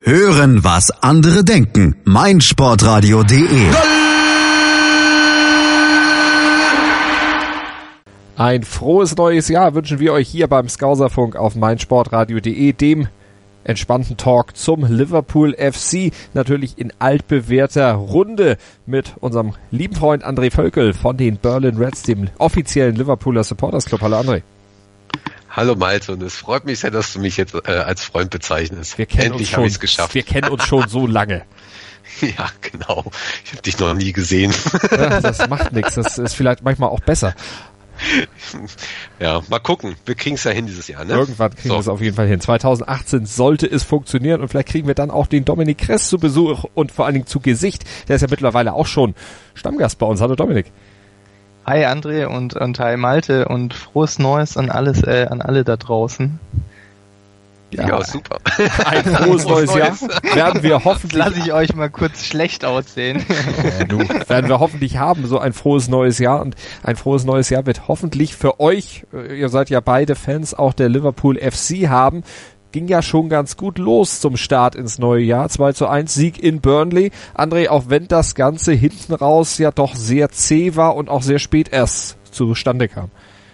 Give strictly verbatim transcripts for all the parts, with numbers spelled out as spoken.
Hören, was andere denken. meinsportradio punkt de. Ein frohes neues Jahr wünschen wir euch hier beim Skauserfunk auf meinsportradio punkt de, dem entspannten Talk zum Liverpool F C, natürlich in altbewährter Runde mit unserem lieben Freund André Völkel von den Berlin Reds, dem offiziellen Liverpooler Supporters Club. Hallo André. Hallo Malte, und es freut mich sehr, dass du mich jetzt äh, als Freund bezeichnest. Wir kennen Endlich uns habe schon, ich es geschafft. Wir kennen uns schon so lange. Ja, genau. Ich habe dich noch nie gesehen. Ja, das macht nichts, das ist vielleicht manchmal auch besser. Ja, mal gucken. Wir kriegen es ja hin dieses Jahr, ne? Irgendwann kriegen so. wir es auf jeden Fall hin. zwanzig achtzehn sollte es funktionieren und vielleicht kriegen wir dann auch den Dominik Kress zu Besuch und vor allen Dingen zu Gesicht. Der ist ja mittlerweile auch schon Stammgast bei uns. Hallo Dominik. Hi André und, und hi Malte und frohes Neues an alles, äh, an alle da draußen. Ja, ja super. Ein frohes neues Jahr. Werden wir hoffentlich. Lass ich euch mal kurz schlecht aussehen. Ja, du, werden wir hoffentlich haben, so ein frohes neues Jahr. Und ein frohes neues Jahr wird hoffentlich für euch, ihr seid ja beide Fans auch der Liverpool F C haben. Ging ja schon ganz gut los zum Start ins neue Jahr. zwei zu eins Sieg in Burnley. André, auch wenn das Ganze hinten raus ja doch sehr zäh war und auch sehr spät erst zustande kam.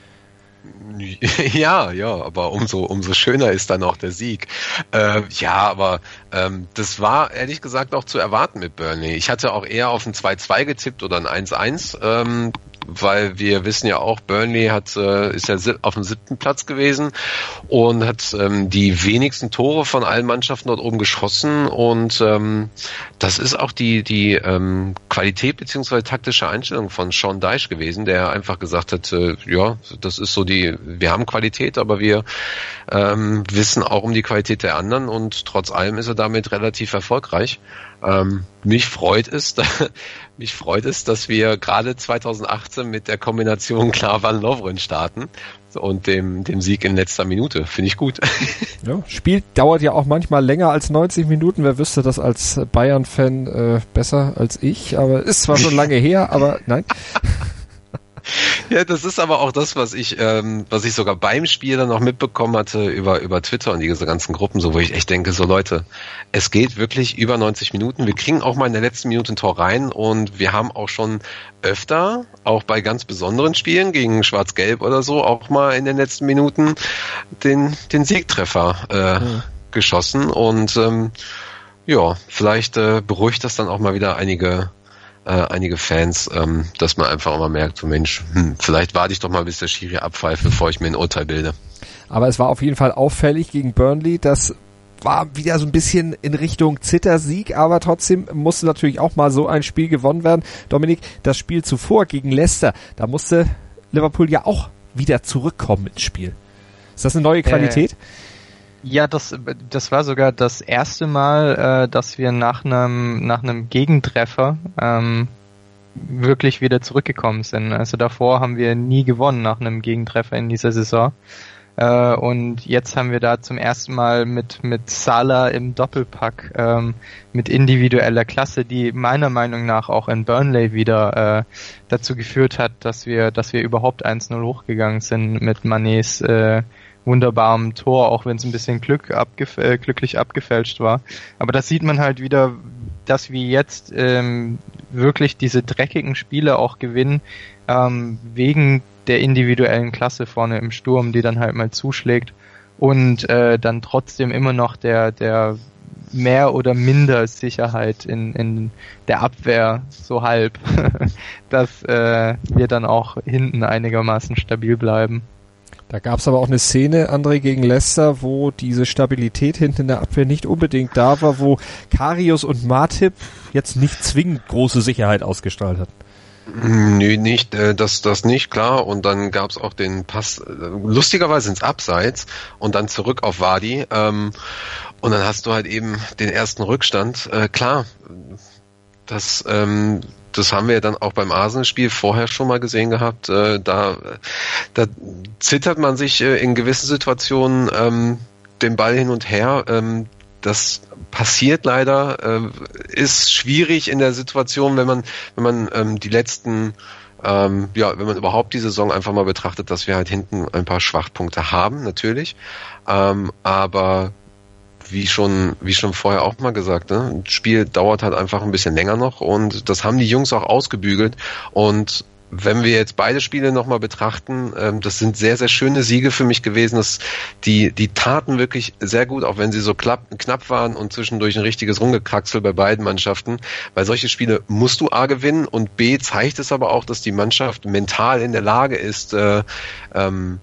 Ja, ja, aber umso umso schöner ist dann auch der Sieg. Äh, ja, aber ähm, das war ehrlich gesagt auch zu erwarten mit Burnley. Ich hatte auch eher auf ein zwei zwei getippt oder ein eins eins, ähm, weil wir wissen ja auch, Burnley hat äh, ist ja auf dem siebten Platz gewesen und hat ähm, die wenigsten Tore von allen Mannschaften dort oben geschossen, und ähm, das ist auch die die ähm, Qualität bzw. taktische Einstellung von Sean Dyche gewesen, der einfach gesagt hat, äh, ja, das ist so die, wir haben Qualität, aber wir ähm, wissen auch um die Qualität der anderen, und trotz allem ist er damit relativ erfolgreich. Ähm, mich freut es, mich freut es, dass wir gerade zwanzig achtzehn mit der Kombination Klavan Lovren starten und dem dem Sieg in letzter Minute. Finde ich gut. Ja, Spiel dauert ja auch manchmal länger als neunzig Minuten. Wer wüsste das als Bayern-Fan äh, besser als ich? Aber ist zwar schon lange her, aber nein. Ja, das ist aber auch das, was ich, ähm, was ich sogar beim Spiel dann noch mitbekommen hatte über über Twitter und diese ganzen Gruppen, so wo ich echt denke, so Leute, es geht wirklich über neunzig Minuten. Wir kriegen auch mal in der letzten Minute ein Tor rein, und wir haben auch schon öfter, auch bei ganz besonderen Spielen gegen Schwarz-Gelb oder so, auch mal in den letzten Minuten den den Siegtreffer äh, mhm. geschossen, und ähm, ja, vielleicht äh, beruhigt das dann auch mal wieder einige Äh, einige Fans, ähm, dass man einfach immer merkt, so Mensch, hm, vielleicht warte ich doch mal, bis der Schiri abpfeift, bevor ich mir ein Urteil bilde. Aber es war auf jeden Fall auffällig gegen Burnley, das war wieder so ein bisschen in Richtung Zittersieg, aber trotzdem musste natürlich auch mal so ein Spiel gewonnen werden. Dominik, das Spiel zuvor gegen Leicester, da musste Liverpool ja auch wieder zurückkommen ins Spiel. Ist das eine neue Qualität? Äh. Ja, das das war sogar das erste Mal, äh, dass wir nach einem nach einem Gegentreffer ähm, wirklich wieder zurückgekommen sind. Also davor haben wir nie gewonnen nach einem Gegentreffer in dieser Saison. Äh, und jetzt haben wir da zum ersten Mal mit mit Salah im Doppelpack ähm, mit individueller Klasse, die meiner Meinung nach auch in Burnley wieder äh, dazu geführt hat, dass wir dass wir überhaupt eins null hochgegangen sind mit Manés äh, wunderbarem Tor, auch wenn es ein bisschen Glück abgef- äh, glücklich abgefälscht war. Aber das sieht man halt wieder, dass wir jetzt ähm, wirklich diese dreckigen Spiele auch gewinnen, ähm, wegen der individuellen Klasse vorne im Sturm, die dann halt mal zuschlägt, und äh, dann trotzdem immer noch der der mehr oder minder Sicherheit in in der Abwehr, so halb, dass äh, wir dann auch hinten einigermaßen stabil bleiben. Da gab es aber auch eine Szene, André, gegen Leicester, wo diese Stabilität hinten in der Abwehr nicht unbedingt da war, wo Karius und Matip jetzt nicht zwingend große Sicherheit ausgestrahlt hatten. Nö, nicht, äh, das das nicht, klar. Und dann gab es auch den Pass, äh, lustigerweise ins Abseits und dann zurück auf Vardy. Ähm, und dann hast du halt eben den ersten Rückstand. Äh, klar, das ähm, das haben wir dann auch beim Arsenal-Spiel vorher schon mal gesehen gehabt. Äh, da, da zittert man sich äh, in gewissen Situationen ähm, den Ball hin und her. Ähm, das passiert leider, äh, ist schwierig in der Situation, wenn man, wenn man ähm, die letzten, ähm, ja, wenn man überhaupt die Saison einfach mal betrachtet, dass wir halt hinten ein paar Schwachpunkte haben, natürlich. Ähm, aber wie schon, wie schon vorher auch mal gesagt, ne? Ein Spiel dauert halt einfach ein bisschen länger noch und das haben die Jungs auch ausgebügelt. Und wenn wir jetzt beide Spiele nochmal betrachten, ähm, das sind sehr, sehr schöne Siege für mich gewesen. Das, die, die taten wirklich sehr gut, auch wenn sie so klapp, knapp waren und zwischendurch ein richtiges Rumgekraxel bei beiden Mannschaften. Weil solche Spiele musst du A gewinnen und B zeigt es aber auch, dass die Mannschaft mental in der Lage ist, äh, ähm,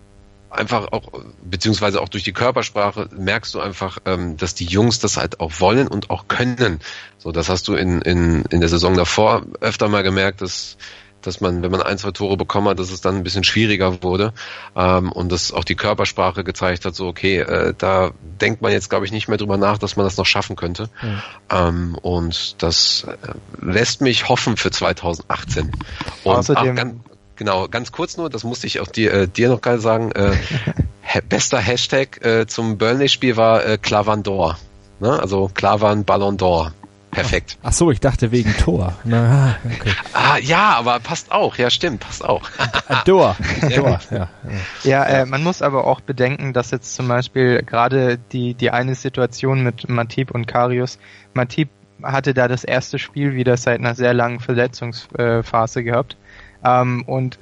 einfach auch, beziehungsweise auch durch die Körpersprache merkst du einfach, ähm, dass die Jungs das halt auch wollen und auch können. So, das hast du in, in, in der Saison davor öfter mal gemerkt, dass dass man, wenn man ein, zwei Tore bekommen hat, dass es dann ein bisschen schwieriger wurde ähm, und dass auch die Körpersprache gezeigt hat, so okay, äh, da denkt man jetzt, glaube ich, nicht mehr drüber nach, dass man das noch schaffen könnte. Mhm. Ähm, und das äh, lässt mich hoffen für zwanzig achtzehn. Und Außerdem, ach, ganz, genau, ganz kurz nur, das musste ich auch dir, äh, dir noch gerade sagen, äh, bester Hashtag äh, zum Burnley-Spiel war äh, Clavandor, ne? Also Clavan Ballon d'Or. Perfekt. Ach so, ich dachte wegen Tor. Na, okay. Ah, ja, aber passt auch. Ja, stimmt, passt auch. Tor. Tor, ja. Ja, äh, man muss aber auch bedenken, dass jetzt zum Beispiel gerade die, die eine Situation mit Matip und Karius, Matip hatte da das erste Spiel wieder seit einer sehr langen Verletzungsphase gehabt. Ähm, und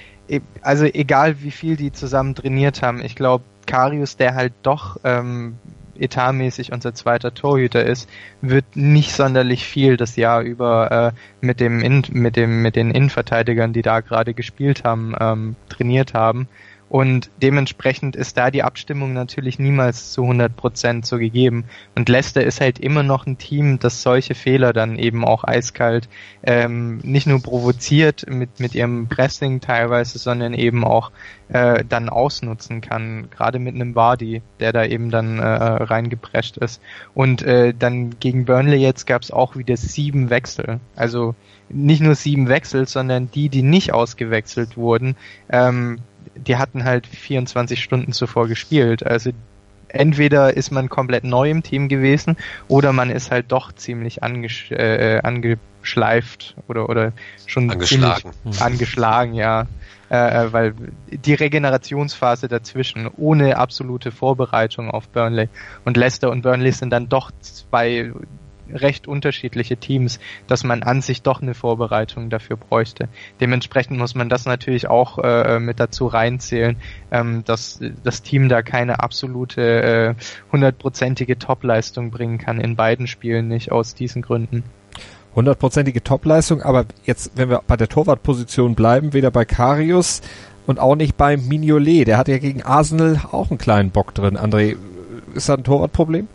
also egal wie viel die zusammen trainiert haben, ich glaube, Karius, der halt doch ähm, etatmäßig unser zweiter Torhüter ist, wird nicht sonderlich viel das Jahr über äh, mit dem In- mit dem mit den Innenverteidigern, die da gerade gespielt haben, ähm, trainiert haben. Und dementsprechend ist da die Abstimmung natürlich niemals zu hundert Prozent so gegeben. Und Leicester ist halt immer noch ein Team, das solche Fehler dann eben auch eiskalt ähm, nicht nur provoziert mit mit ihrem Pressing teilweise, sondern eben auch äh, dann ausnutzen kann. Gerade mit einem Vardy, der da eben dann äh, reingeprescht ist. Und äh, dann gegen Burnley jetzt gab es auch wieder sieben Wechsel. Also nicht nur sieben Wechsel, sondern die, die nicht ausgewechselt wurden, ähm, die hatten halt vierundzwanzig Stunden zuvor gespielt. Also entweder ist man komplett neu im Team gewesen oder man ist halt doch ziemlich angesch- äh, angeschleift oder oder schon angeschlagen. ziemlich angeschlagen, ja. Äh, weil die Regenerationsphase dazwischen ohne absolute Vorbereitung auf Burnley und Leicester und Burnley sind dann doch zwei recht unterschiedliche Teams, dass man an sich doch eine Vorbereitung dafür bräuchte. Dementsprechend muss man das natürlich auch äh, mit dazu reinzählen, ähm, dass das Team da keine absolute hundertprozentige äh, Topleistung bringen kann, in beiden Spielen nicht, aus diesen Gründen. Hundertprozentige Topleistung, aber jetzt, wenn wir bei der Torwartposition bleiben, weder bei Karius und auch nicht bei Mignolet, der hat ja gegen Arsenal auch einen kleinen Bock drin. André, ist da ein Torwartproblem?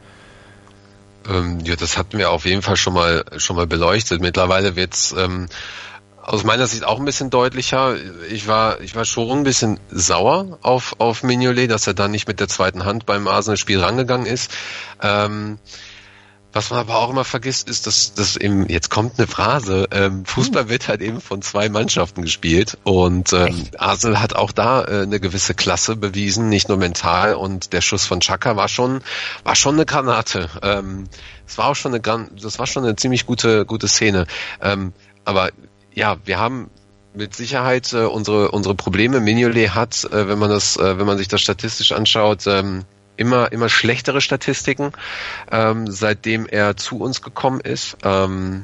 Ähm, ja, das hatten wir auf jeden Fall schon mal schon mal beleuchtet. Mittlerweile wird's ähm, aus meiner Sicht auch ein bisschen deutlicher. Ich war ich war schon ein bisschen sauer auf auf Mignolet, dass er dann nicht mit der zweiten Hand beim Arsenal-Spiel rangegangen ist. Ähm, was man aber auch immer vergisst, ist, dass dass eben jetzt kommt eine Phrase. Ähm, Fußball wird halt eben von zwei Mannschaften gespielt und ähm, Arsenal hat auch da äh, eine gewisse Klasse bewiesen, nicht nur mental. Und der Schuss von Xhaka war schon war schon eine Granate. Ähm, es war auch schon eine Gran- das war schon eine ziemlich gute gute Szene. Ähm, aber ja, wir haben mit Sicherheit äh, unsere unsere Probleme. Mignolet hat, äh, wenn man das äh, wenn man sich das statistisch anschaut, ähm, immer immer schlechtere Statistiken, ähm, seitdem er zu uns gekommen ist. Ähm,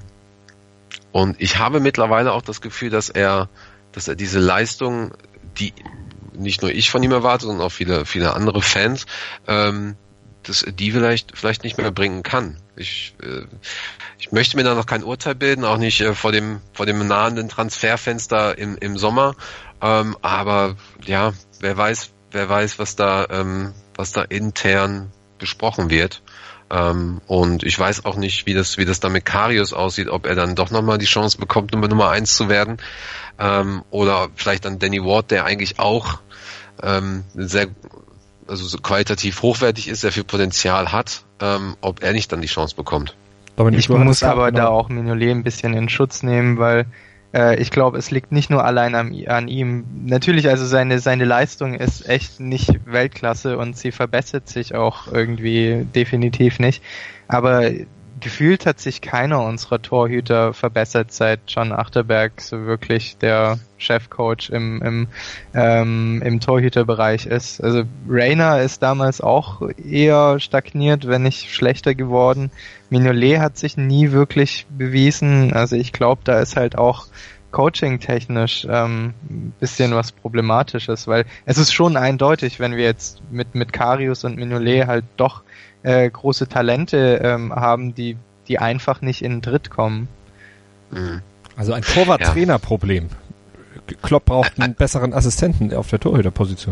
und ich habe mittlerweile auch das Gefühl, dass er, dass er diese Leistung, die nicht nur ich von ihm erwarte, sondern auch viele viele andere Fans, ähm, dass die vielleicht vielleicht nicht mehr bringen kann. Ich äh, ich möchte mir da noch kein Urteil bilden, auch nicht äh, vor dem vor dem nahenden Transferfenster im im Sommer. Ähm, aber ja, wer weiß wer weiß, was da ähm, was da intern besprochen wird. Ähm, und ich weiß auch nicht, wie das, wie das dann mit Karius aussieht, ob er dann doch nochmal die Chance bekommt, Nummer Nummer eins zu werden. Ähm, oder vielleicht dann Danny Ward, der eigentlich auch ähm, sehr, also so qualitativ hochwertig ist, sehr viel Potenzial hat, ähm, ob er nicht dann die Chance bekommt. Dominik, ich muss aber da auch Mignolet ein bisschen in Schutz nehmen, weil äh, ich glaube, es liegt nicht nur allein an, an ihm. Natürlich, also seine seine Leistung ist echt nicht Weltklasse und sie verbessert sich auch irgendwie definitiv nicht. Aber gefühlt hat sich keiner unserer Torhüter verbessert, seit John Achterberg so wirklich der Chefcoach im, im, ähm, im Torhüterbereich ist. Also Rayner ist damals auch eher stagniert, wenn nicht schlechter geworden. Mignolet hat sich nie wirklich bewiesen. Also ich glaube, da ist halt auch coaching-technisch ähm, ein bisschen was Problematisches, weil es ist schon eindeutig, wenn wir jetzt mit, mit Karius und Mignolet halt doch äh, große Talente ähm, haben, die, die einfach nicht in den Dritt kommen. Also ein Torwart-Trainer-Problem. Klopp braucht einen besseren Assistenten auf der Torhüterposition.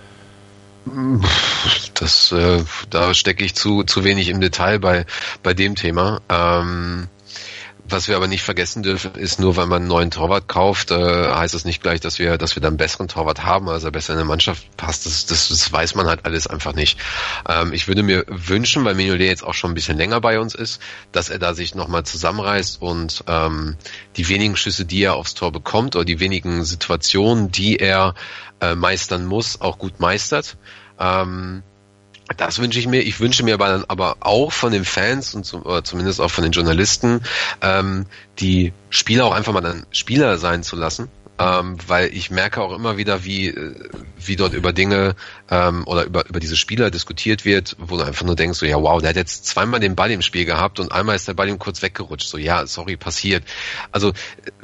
Das, äh, da stecke ich zu, zu wenig im Detail bei, bei dem Thema. Ähm, Was wir aber nicht vergessen dürfen, ist, nur weil man einen neuen Torwart kauft, äh, heißt das nicht gleich, dass wir, dass wir dann einen besseren Torwart haben, also besser in der Mannschaft passt. Das, das, das weiß man halt alles einfach nicht. Ähm, ich würde mir wünschen, weil Mignolet jetzt auch schon ein bisschen länger bei uns ist, dass er da sich nochmal zusammenreißt und ähm, die wenigen Schüsse, die er aufs Tor bekommt, oder die wenigen Situationen, die er äh, meistern muss, auch gut meistert. Ähm, Das wünsche ich mir. Ich wünsche mir aber dann aber auch von den Fans und zum, oder zumindest auch von den Journalisten, ähm, die Spieler auch einfach mal dann Spieler sein zu lassen, ähm, weil ich merke auch immer wieder, wie wie dort über Dinge ähm, oder über über diese Spieler diskutiert wird, wo du einfach nur denkst, so ja wow, der hat jetzt zweimal den Ball im Spiel gehabt und einmal ist der Ball ihm kurz weggerutscht. So ja, sorry, passiert. Also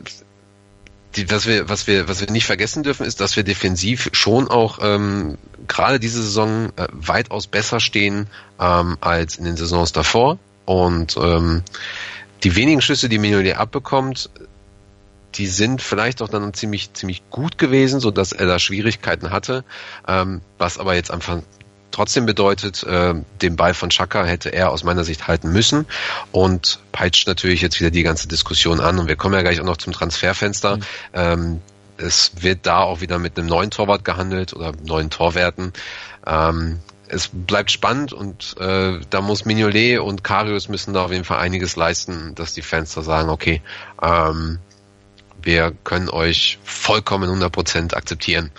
Die, was wir, was wir, was wir nicht vergessen dürfen, ist, dass wir defensiv schon auch ähm, gerade diese Saison äh, weitaus besser stehen ähm, als in den Saisons davor. Und ähm, die wenigen Schüsse, die Mignolet abbekommt, die sind vielleicht auch dann ziemlich, ziemlich gut gewesen, so dass er da Schwierigkeiten hatte. Ähm, was aber jetzt einfach trotzdem bedeutet, äh, den Ball von Xhaka hätte er aus meiner Sicht halten müssen und peitscht natürlich jetzt wieder die ganze Diskussion an und wir kommen ja gleich auch noch zum Transferfenster. Mhm. Ähm, es wird da auch wieder mit einem neuen Torwart gehandelt oder neuen Torwerten. Ähm, es bleibt spannend und äh, da muss Mignolet und Karius müssen da auf jeden Fall einiges leisten, dass die Fans da sagen, okay, ähm, wir können euch vollkommen hundert Prozent akzeptieren.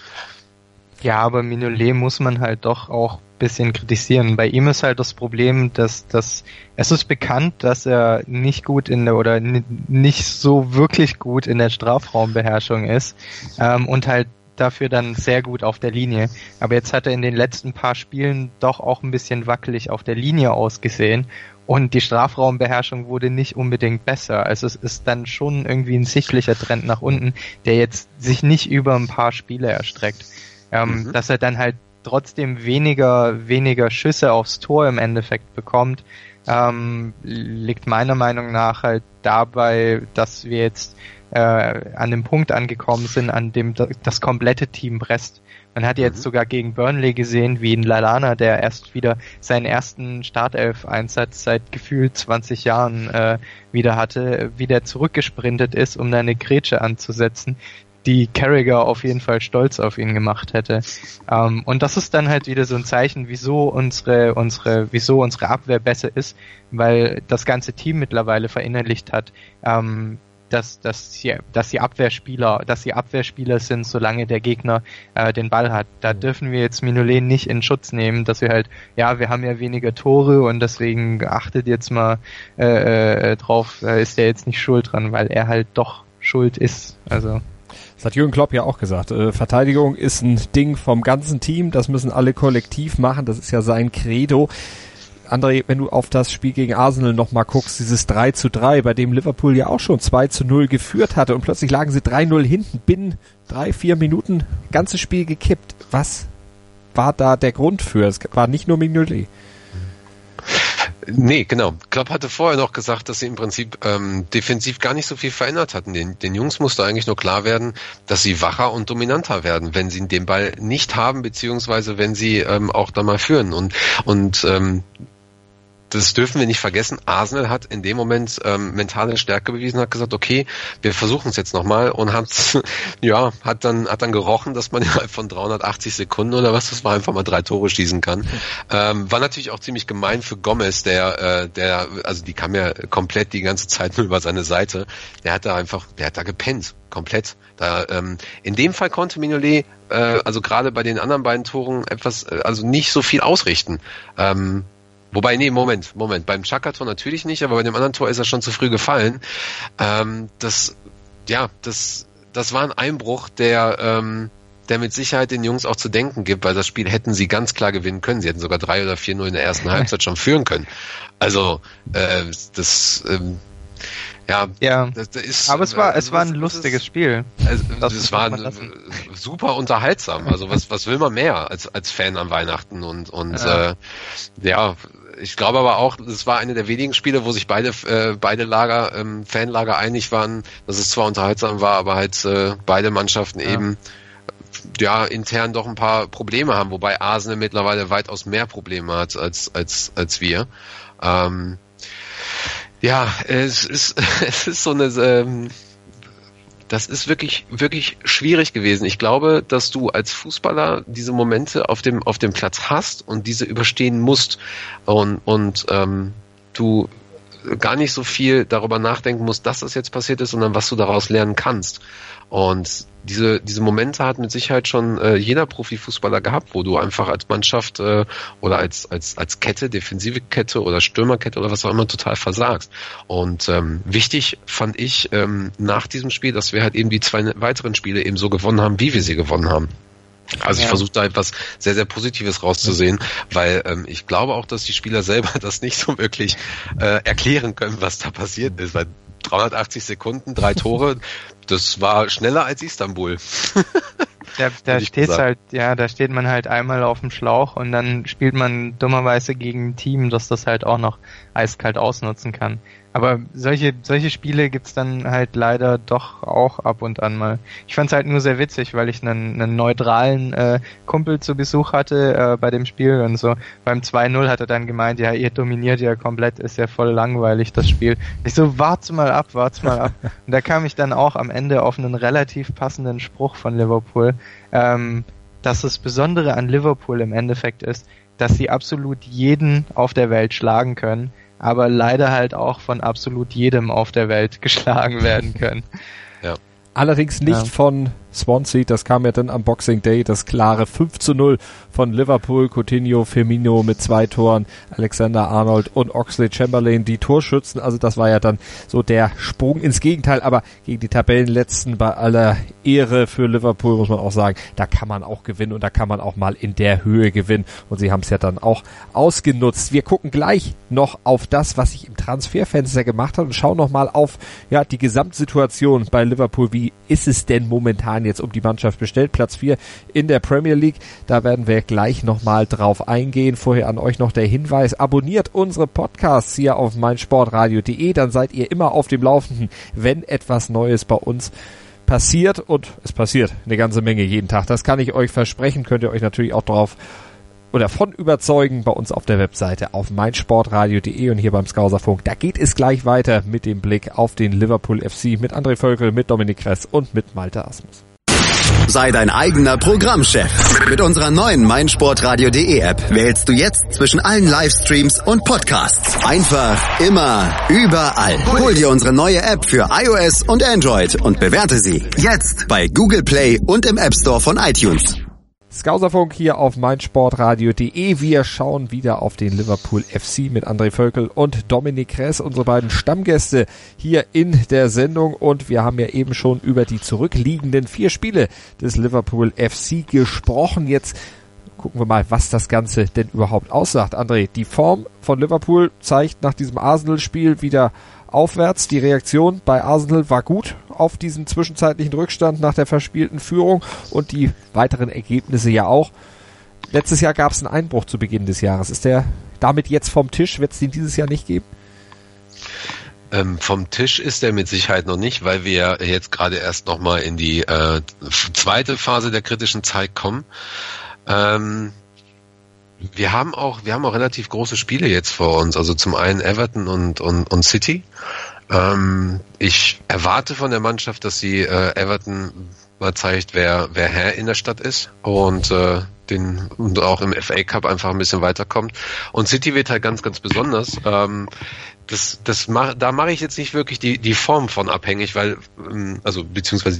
Ja, aber Mignolet muss man halt doch auch ein bisschen kritisieren. Bei ihm ist halt das Problem, dass, dass es ist bekannt, dass er nicht gut in der oder n- nicht so wirklich gut in der Strafraumbeherrschung ist ähm, und halt dafür dann sehr gut auf der Linie. Aber jetzt hat er in den letzten paar Spielen doch auch ein bisschen wackelig auf der Linie ausgesehen und die Strafraumbeherrschung wurde nicht unbedingt besser. Also es ist dann schon irgendwie ein sichtlicher Trend nach unten, der jetzt sich nicht über ein paar Spiele erstreckt. Ähm, mhm. Dass er dann halt trotzdem weniger weniger Schüsse aufs Tor im Endeffekt bekommt, ähm, liegt meiner Meinung nach halt dabei, dass wir jetzt äh, an dem Punkt angekommen sind, an dem das komplette Team presst. Man hat jetzt mhm. sogar gegen Burnley gesehen, wie ein Lallana, der erst wieder seinen ersten Startelf-Einsatz seit gefühlt zwanzig Jahren äh, wieder hatte, wie der zurückgesprintet ist, um da eine Grätsche anzusetzen, die Carragher auf jeden Fall stolz auf ihn gemacht hätte. Ähm, und das ist dann halt wieder so ein Zeichen, wieso unsere, unsere, wieso unsere Abwehr besser ist, weil das ganze Team mittlerweile verinnerlicht hat, ähm, dass, dass, die, dass die Abwehrspieler, dass die Abwehrspieler sind, solange der Gegner äh, den Ball hat. Da dürfen wir jetzt Mignolet nicht in Schutz nehmen, dass wir halt, ja, wir haben ja weniger Tore und deswegen achtet jetzt mal äh, äh, drauf, da ist der jetzt nicht schuld dran, weil er halt doch schuld ist. Also das hat Jürgen Klopp ja auch gesagt. Äh, Verteidigung ist ein Ding vom ganzen Team. Das müssen alle kollektiv machen. Das ist ja sein Credo. André, wenn du auf das Spiel gegen Arsenal nochmal guckst, dieses drei zu drei, bei dem Liverpool ja auch schon zwei zu null geführt hatte und plötzlich lagen sie drei null hinten, binnen drei, vier Minuten, ganzes Spiel gekippt. Was war da der Grund für? Es war nicht nur Mignolet. Nee, genau. Klopp hatte vorher noch gesagt, dass sie im Prinzip ähm, defensiv gar nicht so viel verändert hatten. Den, den Jungs musste eigentlich nur klar werden, dass sie wacher und dominanter werden, wenn sie den Ball nicht haben, beziehungsweise wenn sie ähm, auch da mal führen. Und, und ähm, das dürfen wir nicht vergessen. Arsenal hat in dem Moment ähm, mentale Stärke bewiesen, hat gesagt, okay, wir versuchen es jetzt nochmal und hat's, ja, hat dann hat dann gerochen, dass man innerhalb von dreihundertachtzig Sekunden oder was, das war einfach mal drei Tore schießen kann. Ähm, war natürlich auch ziemlich gemein für Gomez, der, äh, der, also die kam ja komplett die ganze Zeit nur über seine Seite. Der hat da einfach, der hat da gepennt, komplett. Da, ähm, in dem Fall konnte Mignolet, äh, also gerade bei den anderen beiden Toren etwas, äh, also nicht so viel ausrichten. Ähm, Wobei, nee, Moment, Moment. Beim Xhaka-Tor natürlich nicht, aber bei dem anderen Tor ist er schon zu früh gefallen. Ähm, das, ja, das, das war ein Einbruch, der, ähm, der mit Sicherheit den Jungs auch zu denken gibt, weil das Spiel hätten sie ganz klar gewinnen können. Sie hätten sogar drei oder vier null in der ersten Halbzeit schon führen können. Also, äh, das, ähm, ja, ja. Das, das ist, aber es war, also, es war ein das, lustiges das, Spiel. Also, es war super unterhaltsam. Also was, was will man mehr als, als Fan an Weihnachten und, und, ja. Äh, ja, ich glaube aber auch, es war eine der wenigen Spiele, wo sich beide, äh, beide Lager, ähm, Fanlager einig waren, dass es zwar unterhaltsam war, aber halt, äh, beide Mannschaften ja. eben, ja, intern doch ein paar Probleme haben, wobei Arsenal mittlerweile weitaus mehr Probleme hat als, als, als wir. Ähm, ja, es ist, es ist so eine, ähm, das ist wirklich, wirklich schwierig gewesen. Ich glaube, dass du als Fußballer diese Momente auf dem, auf dem Platz hast und diese überstehen musst und, und, ähm, du gar nicht so viel darüber nachdenken musst, dass das jetzt passiert ist, sondern was du daraus lernen kannst. Und diese diese Momente hat mit Sicherheit schon äh, jeder Profifußballer gehabt, wo du einfach als Mannschaft äh, oder als als als Kette, defensive Kette oder Stürmerkette oder was auch immer total versagst. Und ähm, wichtig fand ich ähm, nach diesem Spiel, dass wir halt eben die zwei weiteren Spiele eben so gewonnen haben, wie wir sie gewonnen haben. Also ja. Ich versuche da etwas sehr, sehr Positives rauszusehen, weil ähm, ich glaube auch, dass die Spieler selber das nicht so wirklich äh, erklären können, was da passiert ist, weil dreihundertachtzig Sekunden, drei Tore, das war schneller als Istanbul. Da, da steht's halt, ja, da steht man halt einmal auf dem Schlauch und dann spielt man dummerweise gegen ein Team, das das halt auch noch eiskalt ausnutzen kann. Aber solche solche Spiele gibt's dann halt leider doch auch ab und an mal. Ich fand's halt nur sehr witzig, weil ich einen, einen neutralen äh, Kumpel zu Besuch hatte äh, bei dem Spiel und so. Beim zwei null hat er dann gemeint, ja, ihr dominiert ja komplett, ist ja voll langweilig das Spiel. Ich so, warte mal ab, warte mal ab. Und da kam ich dann auch am Ende auf einen relativ passenden Spruch von Liverpool, ähm, dass das Besondere an Liverpool im Endeffekt ist, dass sie absolut jeden auf der Welt schlagen können, aber leider halt auch von absolut jedem auf der Welt geschlagen werden können. Ja. Allerdings nicht ja. von Swansea, das kam ja dann am Boxing Day, das klare fünf zu null von Liverpool, Coutinho, Firmino mit zwei Toren, Alexander-Arnold und Oxlade-Chamberlain die Torschützen, also das war ja dann so der Sprung ins Gegenteil, aber gegen die Tabellenletzten bei aller Ehre für Liverpool muss man auch sagen, da kann man auch gewinnen und da kann man auch mal in der Höhe gewinnen und sie haben es ja dann auch ausgenutzt. Wir gucken gleich noch auf das, was sich im Transferfenster gemacht hat und schauen noch mal auf ja die Gesamtsituation bei Liverpool. Wie ist es denn momentan jetzt um die Mannschaft bestellt? Platz vier in der Premier League. Da werden wir gleich nochmal drauf eingehen. Vorher an euch noch der Hinweis. Abonniert unsere Podcasts hier auf meinsportradio punkt de. Dann seid ihr immer auf dem Laufenden, wenn etwas Neues bei uns passiert. Und es passiert eine ganze Menge jeden Tag. Das kann ich euch versprechen. Könnt ihr euch natürlich auch drauf oder von überzeugen bei uns auf der Webseite auf meinsportradio punkt de und hier beim Skauserfunk. Da geht es gleich weiter mit dem Blick auf den Liverpool F C mit André Völkel, mit Dominik Kress und mit Malte Asmus. Sei dein eigener Programmchef. Mit unserer neuen meinsportradio punkt de App wählst du jetzt zwischen allen Livestreams und Podcasts. Einfach, immer, überall. Hol dir unsere neue App für iOS und Android und bewerte sie jetzt bei Google Play und im App Store von iTunes. Skauserfunk hier auf meinsportradio punkt de. Wir schauen wieder auf den Liverpool F C mit André Völkel und Dominik Kress, unsere beiden Stammgäste hier in der Sendung. Und wir haben ja eben schon über die zurückliegenden vier Spiele des Liverpool F C gesprochen. Jetzt gucken wir mal, was das Ganze denn überhaupt aussagt. André, die Form von Liverpool zeigt nach diesem Arsenal-Spiel wieder aufwärts. Die Reaktion bei Arsenal war gut auf diesen zwischenzeitlichen Rückstand nach der verspielten Führung und die weiteren Ergebnisse ja auch. Letztes Jahr gab es einen Einbruch zu Beginn des Jahres. Ist der damit jetzt vom Tisch? Wird es den dieses Jahr nicht geben? Ähm, vom Tisch ist er mit Sicherheit noch nicht, weil wir jetzt gerade erst nochmal in die äh, zweite Phase der kritischen Zeit kommen. Ähm, Wir haben auch, wir haben auch relativ große Spiele jetzt vor uns. Also zum einen Everton und und, und City. Ähm, ich erwarte von der Mannschaft, dass sie äh, Everton mal zeigt, wer wer Herr in der Stadt ist und äh, den und auch im F A Cup einfach ein bisschen weiterkommt. Und City wird halt ganz ganz besonders. Ähm, das das mach, da mache ich jetzt nicht wirklich die die Form von abhängig, weil ähm, also beziehungsweise die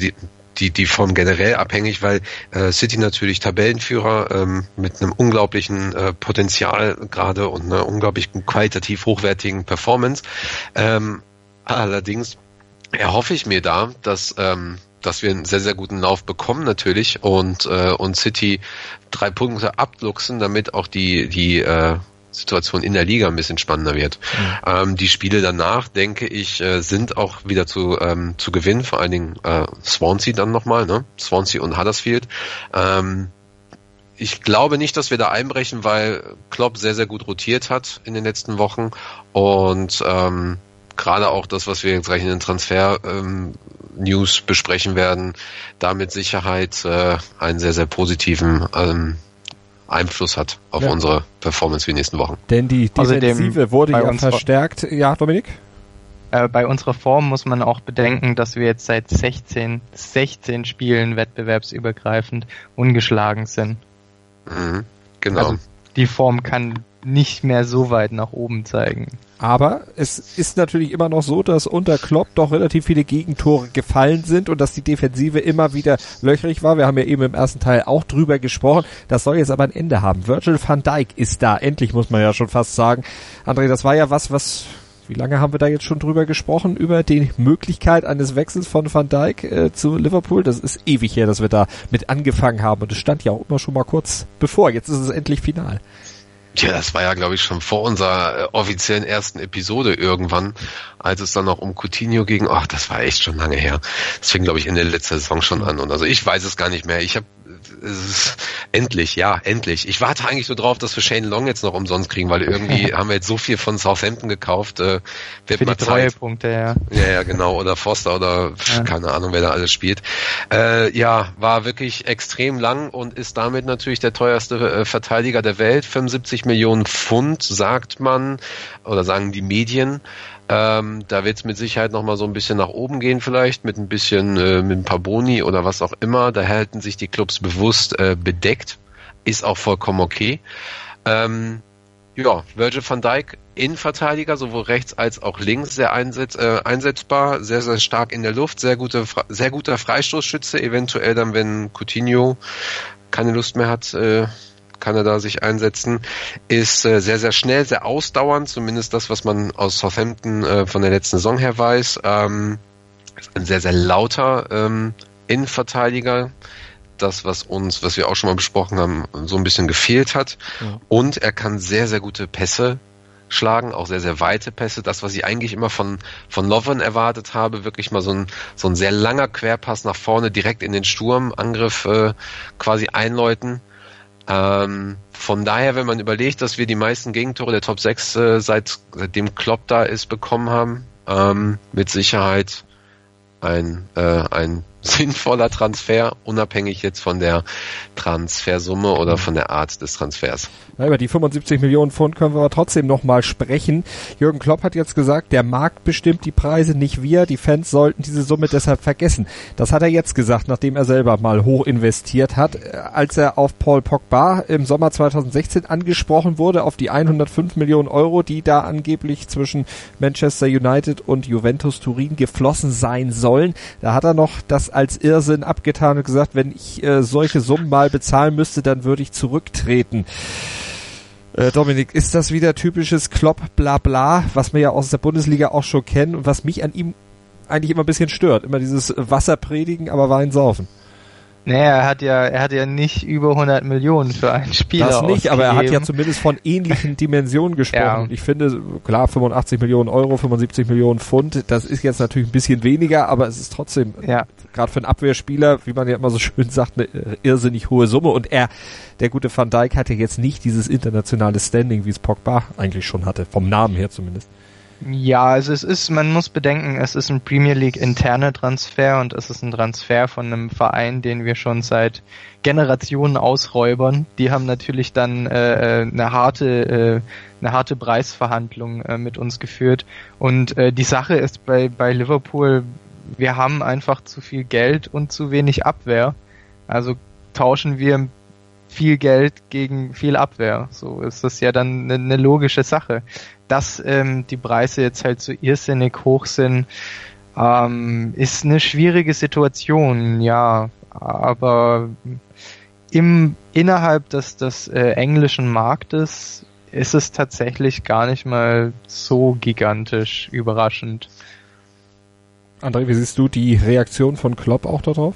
die die Form generell abhängig, weil äh, City natürlich Tabellenführer ähm, mit einem unglaublichen äh, Potenzial gerade und einer unglaublich qualitativ hochwertigen Performance. Ähm, allerdings erhoffe ich mir da, dass ähm, dass wir einen sehr, sehr guten Lauf bekommen natürlich und äh, und City drei Punkte abluchsen, damit auch die die äh, Situation in der Liga ein bisschen spannender wird. Mhm. Ähm, die Spiele danach, denke ich, äh, sind auch wieder zu ähm, zu gewinnen, vor allen Dingen äh, Swansea dann nochmal, ne? Swansea und Huddersfield. Ähm, ich glaube nicht, dass wir da einbrechen, weil Klopp sehr, sehr gut rotiert hat in den letzten Wochen und ähm, gerade auch das, was wir jetzt gleich in den Transfer ähm, News besprechen werden, da mit Sicherheit äh, einen sehr, sehr positiven ähm, Einfluss hat auf ja. unsere Performance für die nächsten Wochen. Denn die Defensive also wurde ja verstärkt. Ja, Dominik? Äh, bei unserer Form muss man auch bedenken, dass wir jetzt seit sechzehn, sechzehn Spielen wettbewerbsübergreifend ungeschlagen sind. Mhm, genau. Also die Form kann nicht mehr so weit nach oben zeigen. Aber es ist natürlich immer noch so, dass unter Klopp doch relativ viele Gegentore gefallen sind und dass die Defensive immer wieder löchrig war. Wir haben ja eben im ersten Teil auch drüber gesprochen. Das soll jetzt aber ein Ende haben. Virgil van Dijk ist da. Endlich, muss man ja schon fast sagen. André, das war ja was, was, wie lange haben wir da jetzt schon drüber gesprochen? Über die Möglichkeit eines Wechsels von Van Dijk äh, zu Liverpool. Das ist ewig her, dass wir da mit angefangen haben. Und es stand ja auch immer schon mal kurz bevor. Jetzt ist es endlich final. Ja, das war ja, glaube ich, schon vor unserer äh, offiziellen ersten Episode irgendwann, als es dann noch um Coutinho ging. Ach, das war echt schon lange her. Das fing, glaube ich, in der letzten Saison schon an. Und also ich weiß es gar nicht mehr. Ich habe endlich, ja, endlich. Ich warte eigentlich so drauf, dass wir Shane Long jetzt noch umsonst kriegen, weil irgendwie haben wir jetzt so viel von Southampton gekauft. Äh, wird Für mal die Treuepunkte, ja. Ja, ja, genau. Oder Foster oder ja. keine Ahnung, wer da alles spielt. Äh, ja, war wirklich extrem lang und ist damit natürlich der teuerste äh, Verteidiger der Welt. fünfundsiebzig Millionen Pfund, sagt man, oder sagen die Medien. Ähm, da wird es mit Sicherheit noch mal so ein bisschen nach oben gehen vielleicht, mit ein bisschen, äh, mit ein paar Boni oder was auch immer. Da halten sich die Clubs bewusst äh, bedeckt. Ist auch vollkommen okay. Ähm, ja, Virgil van Dijk, Innenverteidiger, sowohl rechts als auch links, sehr einsetz, äh, einsetzbar, sehr, sehr stark in der Luft, sehr, gute, sehr guter Freistoßschütze, eventuell dann, wenn Coutinho keine Lust mehr hat, äh, kann er da sich einsetzen, ist äh, sehr, sehr schnell, sehr ausdauernd, zumindest das, was man aus Southampton äh, von der letzten Saison her weiß. Ähm, ist ein sehr, sehr lauter ähm, Innenverteidiger, das, was uns, was wir auch schon mal besprochen haben, so ein bisschen gefehlt hat. Ja. Und er kann sehr, sehr gute Pässe schlagen, auch sehr, sehr weite Pässe. Das, was ich eigentlich immer von von Lovren erwartet habe, wirklich mal so ein so ein sehr langer Querpass nach vorne, direkt in den Sturm, Angriff äh, quasi einläuten. Ähm, von daher, wenn man überlegt, dass wir die meisten Gegentore der Top sechs äh, seit, seitdem Klopp da ist, bekommen haben, ähm, mit Sicherheit ein, äh, ein sinnvoller Transfer, unabhängig jetzt von der Transfersumme oder von der Art des Transfers. Ja, über die fünfundsiebzig Millionen Pfund können wir aber trotzdem nochmal sprechen. Jürgen Klopp hat jetzt gesagt, der Markt bestimmt die Preise, nicht wir. Die Fans sollten diese Summe deshalb vergessen. Das hat er jetzt gesagt, nachdem er selber mal hoch investiert hat. Als er auf Paul Pogba im Sommer zweitausendsechzehn angesprochen wurde, auf die hundertfünf Millionen Euro, die da angeblich zwischen Manchester United und Juventus Turin geflossen sein sollen, da hat er noch das als Irrsinn abgetan und gesagt, wenn ich äh, solche Summen mal bezahlen müsste, dann würde ich zurücktreten. Äh, Dominik, ist das wieder typisches Klopp-Blabla, was wir ja aus der Bundesliga auch schon kennen und was mich an ihm eigentlich immer ein bisschen stört? Immer dieses Wasser predigen, aber Wein saufen. Naja, er hat ja, er hat ja nicht über hundert Millionen für einen Spieler Das nicht, ausgegeben. Aber er hat ja zumindest von ähnlichen Dimensionen gesprochen. Ja. Ich finde, klar, fünfundachtzig Millionen Euro, fünfundsiebzig Millionen Pfund, das ist jetzt natürlich ein bisschen weniger, aber es ist trotzdem, ja, gerade für einen Abwehrspieler, wie man ja immer so schön sagt, eine irrsinnig hohe Summe. Und er, der gute Van Dijk, hatte jetzt nicht dieses internationale Standing, wie es Pogba eigentlich schon hatte, vom Namen her zumindest. Ja, also es ist, man muss bedenken, es ist ein Premier League interner Transfer und es ist ein Transfer von einem Verein, den wir schon seit Generationen ausräubern. Die haben natürlich dann äh, eine harte, äh, eine harte Preisverhandlung äh, mit uns geführt. Und äh, die Sache ist bei bei Liverpool, wir haben einfach zu viel Geld und zu wenig Abwehr. Also tauschen wir viel Geld gegen viel Abwehr. So ist das ja dann eine, eine logische Sache. Dass ähm, die Preise jetzt halt so irrsinnig hoch sind, Ähm, ist eine schwierige Situation, ja, aber im innerhalb des, des äh, englischen Marktes ist es tatsächlich gar nicht mal so gigantisch überraschend. André, wie siehst du die Reaktion von Klopp auch darauf?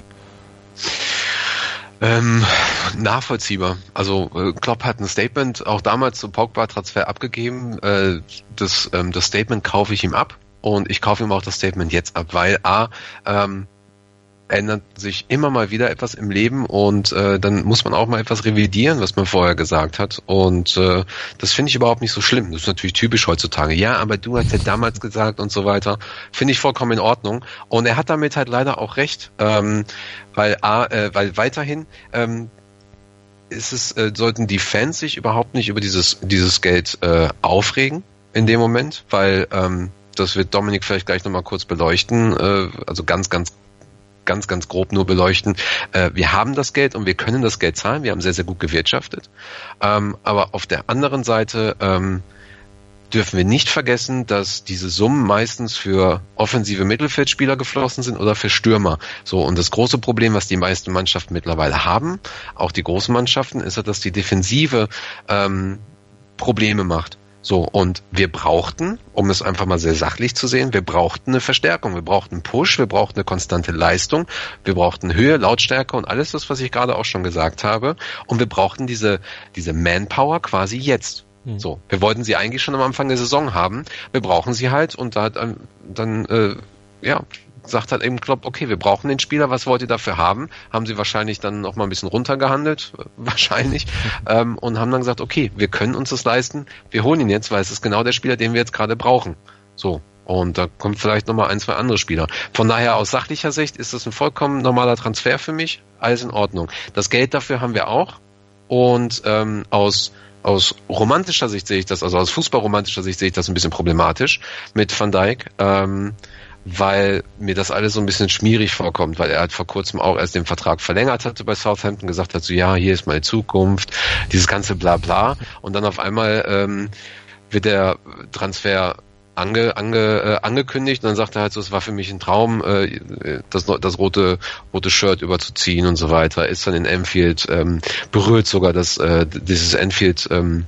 Ähm, nachvollziehbar. Also äh, Klopp hat ein Statement auch damals zum Pogba-Transfer abgegeben. Äh, das, ähm, das Statement kaufe ich ihm ab und ich kaufe ihm auch das Statement jetzt ab, weil A, ähm, ändert sich immer mal wieder etwas im Leben und äh, dann muss man auch mal etwas revidieren, was man vorher gesagt hat und äh, das finde ich überhaupt nicht so schlimm. Das ist natürlich typisch heutzutage. Ja, aber du hast ja damals gesagt und so weiter. Finde ich vollkommen in Ordnung und er hat damit halt leider auch recht, ähm, weil A, äh, weil weiterhin ähm, ist es, äh, sollten die Fans sich überhaupt nicht über dieses dieses Geld äh, aufregen in dem Moment, weil ähm, das wird Dominik vielleicht gleich nochmal kurz beleuchten, äh, also ganz, ganz ganz, ganz grob nur beleuchten. Äh, wir haben das Geld und wir können das Geld zahlen. Wir haben sehr, sehr gut gewirtschaftet. Ähm, aber auf der anderen Seite ähm, dürfen wir nicht vergessen, dass diese Summen meistens für offensive Mittelfeldspieler geflossen sind oder für Stürmer. So, und das große Problem, was die meisten Mannschaften mittlerweile haben, auch die großen Mannschaften, ist, dass die Defensive ähm, Probleme macht. So, und wir brauchten, um es einfach mal sehr sachlich zu sehen, wir brauchten eine Verstärkung, wir brauchten einen Push, wir brauchten eine konstante Leistung, wir brauchten Höhe, Lautstärke und alles das, was ich gerade auch schon gesagt habe. Und wir brauchten diese, diese Manpower quasi jetzt. Mhm. So, wir wollten sie eigentlich schon am Anfang der Saison haben, wir brauchen sie halt und da hat dann, dann äh, ja, sagt halt eben Klopp, okay, wir brauchen den Spieler, was wollt ihr dafür haben? Haben sie wahrscheinlich dann noch mal ein bisschen runtergehandelt, wahrscheinlich, ähm, und haben dann gesagt, okay, wir können uns das leisten, wir holen ihn jetzt, weil es ist genau der Spieler, den wir jetzt gerade brauchen. So, und da kommt vielleicht noch mal ein, zwei andere Spieler. Von daher, aus sachlicher Sicht ist das ein vollkommen normaler Transfer für mich, alles in Ordnung. Das Geld dafür haben wir auch und ähm, aus Aus romantischer Sicht sehe ich das, also aus fußballromantischer Sicht sehe ich das ein bisschen problematisch mit Van Dijk, ähm, weil mir das alles so ein bisschen schmierig vorkommt, weil er halt vor kurzem auch erst den Vertrag verlängert hatte bei Southampton, gesagt hat, so ja, hier ist meine Zukunft, dieses ganze Blabla und dann auf einmal ähm, wird der Transfer ange, ange, äh, angekündigt und dann sagt er halt so, es war für mich ein Traum, äh, das, das rote rote Shirt überzuziehen und so weiter, ist dann in Anfield, ähm, berührt sogar das äh, dieses Anfield ähm,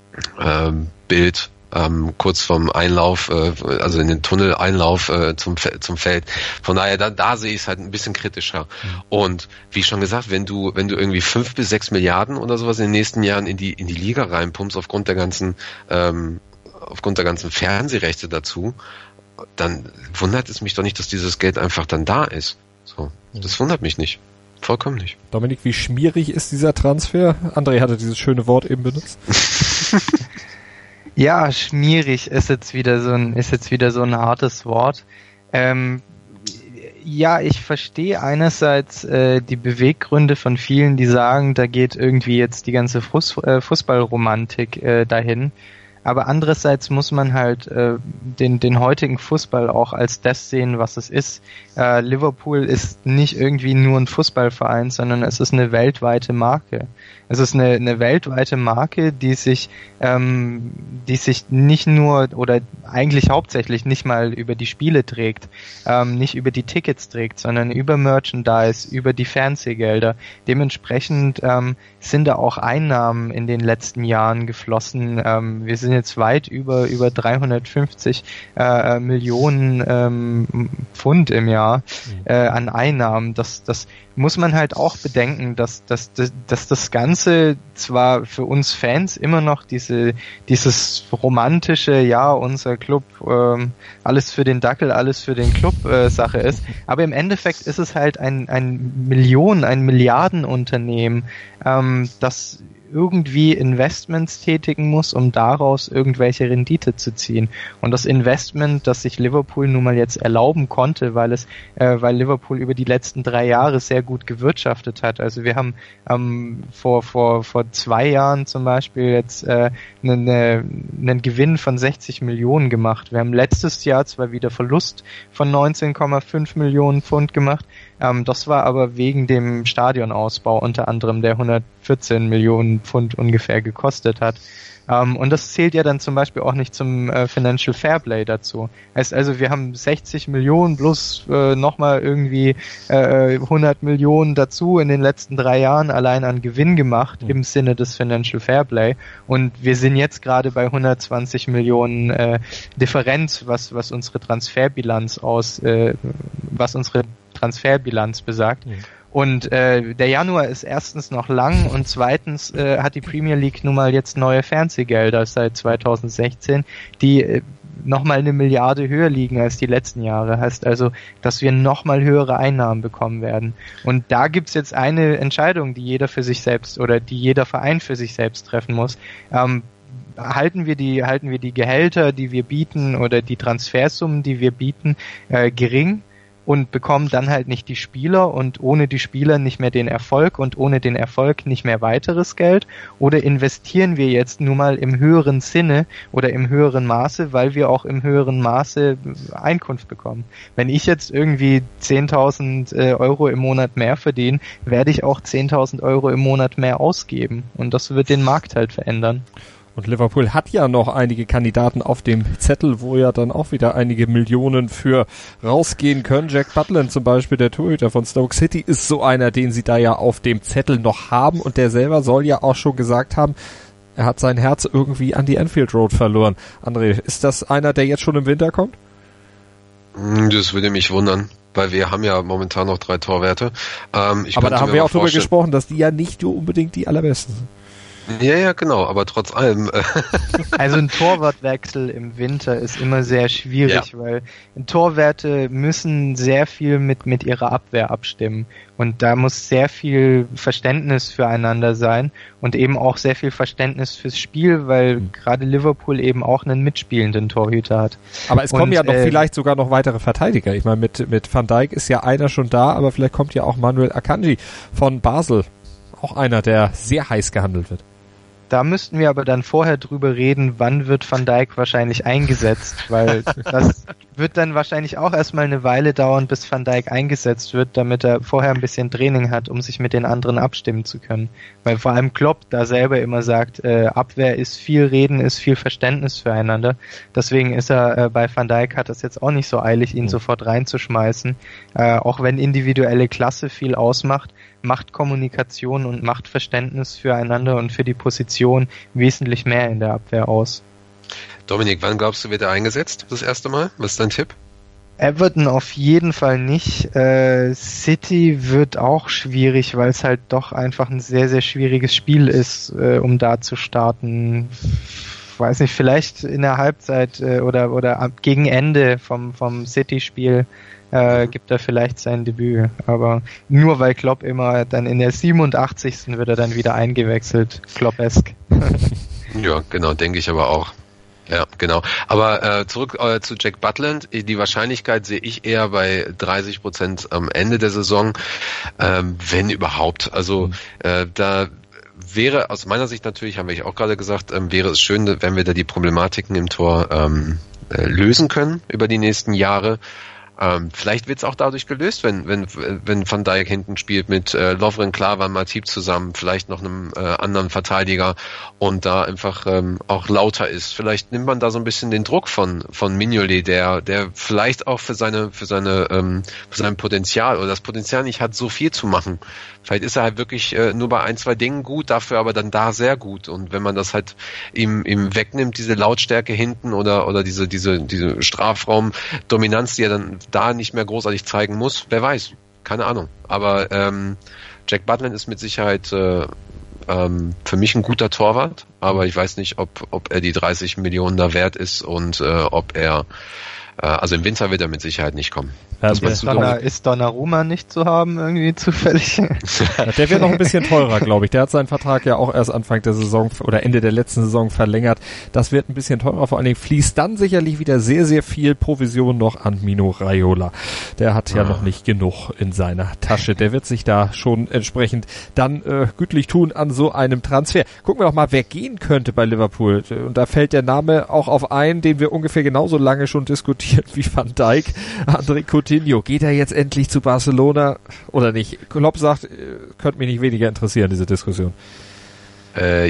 äh, Bild Ähm, kurz vom Einlauf, äh, also in den Tunnel-Einlauf äh, zum zum Feld. Von daher, da, da sehe ich es halt ein bisschen kritischer. Mhm. Und wie schon gesagt, wenn du wenn du irgendwie fünf bis sechs Milliarden oder sowas in den nächsten Jahren in die in die Liga reinpumpst aufgrund der ganzen ähm, aufgrund der ganzen Fernsehrechte dazu, dann wundert es mich doch nicht, dass dieses Geld einfach dann da ist. So, mhm. Das wundert mich nicht. Vollkommen nicht. Dominik, wie schmierig ist dieser Transfer? André hatte dieses schöne Wort eben benutzt. Ja, schmierig ist jetzt wieder so ein, ist jetzt wieder so ein hartes Wort. Ähm, ja, ich verstehe einerseits äh, die Beweggründe von vielen, die sagen, da geht irgendwie jetzt die ganze Fuß, äh, Fußballromantik äh, dahin. Aber andererseits muss man halt äh, den den heutigen Fußball auch als das sehen, was es ist. Äh, Liverpool ist nicht irgendwie nur ein Fußballverein, sondern es ist eine weltweite Marke. Es ist eine, eine weltweite Marke, die sich, ähm, die sich nicht nur oder eigentlich hauptsächlich nicht mal über die Spiele trägt, ähm, nicht über die Tickets trägt, sondern über Merchandise, über die Fernsehgelder. Dementsprechend ähm, sind da auch Einnahmen in den letzten Jahren geflossen. Ähm, wir sind jetzt weit über über dreihundertfünfzig äh, Millionen ähm, Pfund im Jahr äh, an Einnahmen. Das das muss man halt auch bedenken, dass, dass, dass, dass das Ganze zwar für uns Fans immer noch diese dieses romantische, ja, unser Club, ähm, alles für den Dackel, alles für den Club äh, Sache ist, aber im Endeffekt ist es halt ein, ein Millionen, ein Milliardenunternehmen, ähm, das irgendwie Investments tätigen muss, um daraus irgendwelche Rendite zu ziehen. Und das Investment, das sich Liverpool nun mal jetzt erlauben konnte, weil es, äh, weil Liverpool über die letzten drei Jahre sehr gut gewirtschaftet hat. Also wir haben ähm, vor vor vor zwei Jahren zum Beispiel jetzt äh, einen, einen Gewinn von sechzig Millionen gemacht. Wir haben letztes Jahr zwar wieder Verlust von neunzehn Komma fünf Millionen Pfund gemacht. Ähm, das war aber wegen dem Stadionausbau unter anderem, der hundertvierzehn Millionen Pfund ungefähr gekostet hat. Ähm, und das zählt ja dann zum Beispiel auch nicht zum äh, Financial Fairplay dazu. Heißt also, wir haben sechzig Millionen plus äh, nochmal irgendwie äh, hundert Millionen dazu in den letzten drei Jahren allein an Gewinn gemacht, mhm. im Sinne des Financial Fairplay. Und wir sind jetzt gerade bei hundertzwanzig Millionen äh, Differenz, was was unsere Transferbilanz aus, äh, was unsere Transferbilanz besagt. Mhm. Und äh, der Januar ist erstens noch lang und zweitens äh, hat die Premier League nun mal jetzt neue Fernsehgelder seit zweitausendsechzehn, die äh, nochmal eine Milliarde höher liegen als die letzten Jahre. Heißt also, dass wir nochmal höhere Einnahmen bekommen werden. Und da gibt's jetzt eine Entscheidung, die jeder für sich selbst oder die jeder Verein für sich selbst treffen muss. Ähm, halten wir die, halten wir die Gehälter, die wir bieten oder die Transfersummen, die wir bieten, äh, gering? Und bekommen dann halt nicht die Spieler und ohne die Spieler nicht mehr den Erfolg und ohne den Erfolg nicht mehr weiteres Geld? Oder investieren wir jetzt nun mal im höheren Sinne oder im höheren Maße, weil wir auch im höheren Maße Einkunft bekommen? Wenn ich jetzt irgendwie zehntausend äh, Euro im Monat mehr verdiene, werde ich auch zehntausend Euro im Monat mehr ausgeben. Und das wird den Markt halt verändern. Und Liverpool hat ja noch einige Kandidaten auf dem Zettel, wo ja dann auch wieder einige Millionen für rausgehen können. Jack Butland zum Beispiel, der Torhüter von Stoke City, ist so einer, den sie da ja auf dem Zettel noch haben. Und der selber soll ja auch schon gesagt haben, er hat sein Herz irgendwie an die Anfield Road verloren. André, ist das einer, der jetzt schon im Winter kommt? Das würde mich wundern, weil wir haben ja momentan noch drei Torwerte. Ähm, ich Aber da haben wir auch drüber gesprochen, dass die ja nicht unbedingt die allerbesten sind. Ja, ja, genau, aber trotz allem. Also ein Torwartwechsel im Winter ist immer sehr schwierig, ja. weil Torwerte müssen sehr viel mit, mit ihrer Abwehr abstimmen. Und da muss sehr viel Verständnis füreinander sein und eben auch sehr viel Verständnis fürs Spiel, weil mhm. gerade Liverpool eben auch einen mitspielenden Torhüter hat. Aber es kommen und, ja noch äh, vielleicht sogar noch weitere Verteidiger. Ich meine, mit, mit Van Dijk ist ja einer schon da, aber vielleicht kommt ja auch Manuel Akanji von Basel. Auch einer, der sehr heiß gehandelt wird. Da müssten wir aber dann vorher drüber reden, wann wird Van Dijk wahrscheinlich eingesetzt, weil das wird dann wahrscheinlich auch erstmal eine Weile dauern, bis Van Dijk eingesetzt wird, damit er vorher ein bisschen Training hat, um sich mit den anderen abstimmen zu können. Weil vor allem Klopp da selber immer sagt, äh, Abwehr ist viel Reden, ist viel Verständnis füreinander. Deswegen ist er äh, bei Van Dijk, hat es jetzt auch nicht so eilig, ihn mhm. sofort reinzuschmeißen. Äh, auch wenn individuelle Klasse viel ausmacht, macht Kommunikation und macht Verständnis füreinander und für die Position wesentlich mehr in der Abwehr aus. Dominik, wann glaubst du, wird er eingesetzt? Das erste Mal? Was ist dein Tipp? Everton auf jeden Fall nicht. Äh, City wird auch schwierig, weil es halt doch einfach ein sehr, sehr schwieriges Spiel ist, äh, um da zu starten. Weiß nicht, vielleicht in der Halbzeit äh, oder oder ab, gegen Ende vom vom City-Spiel äh, gibt er vielleicht sein Debüt. Aber nur weil Klopp immer dann in der siebenundachtzigsten wird er dann wieder eingewechselt. Klopp-esk. Ja, genau, denke ich aber auch. Ja, genau. Aber äh, zurück äh, zu Jack Butland. Die Wahrscheinlichkeit sehe ich eher bei dreißig Prozent am Ende der Saison, ähm, wenn überhaupt. Also mhm. äh, da wäre aus meiner Sicht natürlich, haben wir auch gerade gesagt, ähm, wäre es schön, wenn wir da die Problematiken im Tor ähm, äh, lösen können über die nächsten Jahre. Ähm, vielleicht wird es auch dadurch gelöst, wenn wenn wenn Van Dijk hinten spielt mit äh, Lovren, Klavan, Matip zusammen, vielleicht noch einem äh, anderen Verteidiger und da einfach ähm, auch lauter ist. Vielleicht nimmt man da so ein bisschen den Druck von von Mignolet, der der vielleicht auch für seine für seine ähm, für sein Potenzial oder das Potenzial nicht hat, so viel zu machen. Vielleicht ist er halt wirklich äh, nur bei ein, zwei Dingen gut, dafür aber dann da sehr gut. Und wenn man das halt ihm ihm wegnimmt, diese Lautstärke hinten oder oder diese diese diese Strafraumdominanz, die er dann da nicht mehr großartig zeigen muss, wer weiß, keine Ahnung. Aber ähm, Jack Butland ist mit Sicherheit äh, ähm, für mich ein guter Torwart, aber ich weiß nicht, ob ob er die dreißig Millionen da wert ist und äh, ob er äh, also im Winter wird er mit Sicherheit nicht kommen. Ja, ist, Donna, ist Donnarumma nicht zu haben, irgendwie zufällig? Ja, der wird noch ein bisschen teurer, glaube ich. Der hat seinen Vertrag ja auch erst Anfang der Saison oder Ende der letzten Saison verlängert. Das wird ein bisschen teurer. Vor allen Dingen fließt dann sicherlich wieder sehr, sehr viel Provision noch an Mino Raiola. Der hat ja ah. noch nicht genug in seiner Tasche. Der wird sich da schon entsprechend dann äh, gütlich tun an so einem Transfer. Gucken wir doch mal, wer gehen könnte bei Liverpool. Und da fällt der Name auch auf einen, den wir ungefähr genauso lange schon diskutiert wie Van Dijk. André Coutinho. Geht er jetzt endlich zu Barcelona oder nicht? Klopp sagt, könnte mich nicht weniger interessieren, diese Diskussion. Äh, ja,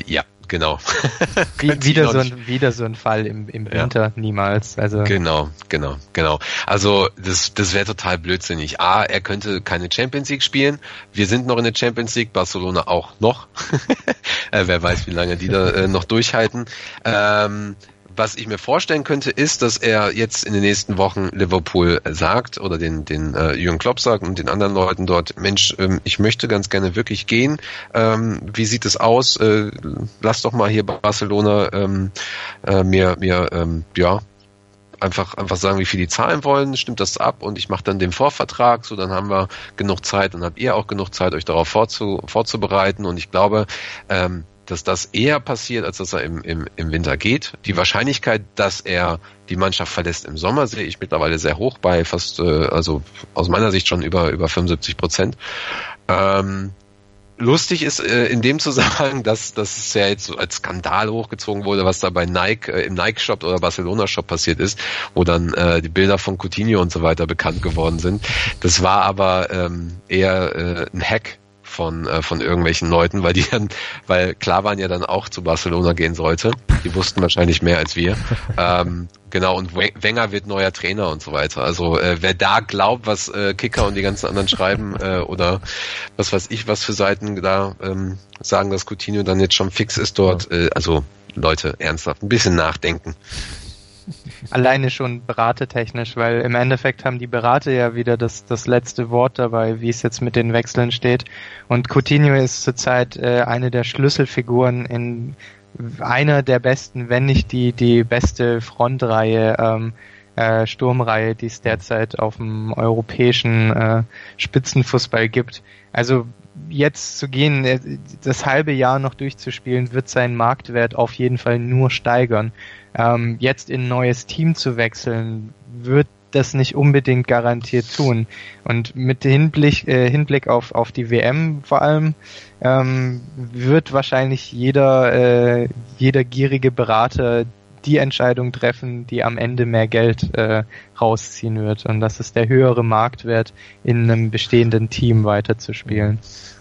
genau. Wie, wieder, so ein, wieder so ein Fall im, im Winter, ja. Niemals. Also Genau, genau, genau. Also das, das wäre total blödsinnig. A, er könnte keine Champions League spielen. Wir sind noch in der Champions League, Barcelona auch noch. äh, wer weiß, wie lange die da äh, noch durchhalten. Ähm, Was ich mir vorstellen könnte, ist, dass er jetzt in den nächsten Wochen Liverpool sagt oder den den äh, Jürgen Klopp sagt und den anderen Leuten dort, Mensch, ähm, ich möchte ganz gerne wirklich gehen. Ähm, wie sieht es aus? Äh, lass doch mal hier Barcelona ähm, äh, mir mir ähm, ja einfach einfach sagen, wie viel die zahlen wollen. Stimmt das ab und ich mache dann den Vorvertrag. So, dann haben wir genug Zeit und habt ihr auch genug Zeit, euch darauf vorzu, vorzubereiten. Und ich glaube, ähm, dass das eher passiert, als dass er im, im, im Winter geht. Die Wahrscheinlichkeit, dass er die Mannschaft verlässt im Sommer, sehe ich mittlerweile sehr hoch bei fast, äh, also aus meiner Sicht schon über über fünfundsiebzig Prozent. Ähm, lustig ist äh, in dem Zusammenhang, dass dass es ja jetzt so als Skandal hochgezogen wurde, was da bei Nike äh, im Nike-Shop oder Barcelona-Shop passiert ist, wo dann äh, die Bilder von Coutinho und so weiter bekannt geworden sind. Das war aber ähm, eher äh, ein Hack von äh, von irgendwelchen Leuten, weil die dann, weil Klavan ja dann auch zu Barcelona gehen sollte. Die wussten wahrscheinlich mehr als wir. Ähm, genau, und Wenger wird neuer Trainer und so weiter. Also äh, wer da glaubt, was äh, Kicker und die ganzen anderen schreiben äh, oder was weiß ich, was für Seiten da ähm, sagen, dass Coutinho dann jetzt schon fix ist dort. Äh, also Leute, ernsthaft, ein bisschen nachdenken. Alleine schon beratertechnisch, weil im Endeffekt haben die Berater ja wieder das, das letzte Wort dabei, wie es jetzt mit den Wechseln steht. Und Coutinho ist zurzeit äh, eine der Schlüsselfiguren in einer der besten, wenn nicht die, die beste Frontreihe, ähm, äh, Sturmreihe, die es derzeit auf dem europäischen äh, Spitzenfußball gibt. Also jetzt zu gehen, das halbe Jahr noch durchzuspielen, wird seinen Marktwert auf jeden Fall nur steigern. Ähm, jetzt in ein neues Team zu wechseln, wird das nicht unbedingt garantiert tun. Und mit Hinblick, äh, Hinblick auf, auf die W M vor allem, ähm, wird wahrscheinlich jeder, äh, jeder gierige Berater die Entscheidung treffen, die am Ende mehr Geld äh, rausziehen wird. Und das ist der höhere Marktwert, in einem bestehenden Team weiterzuspielen.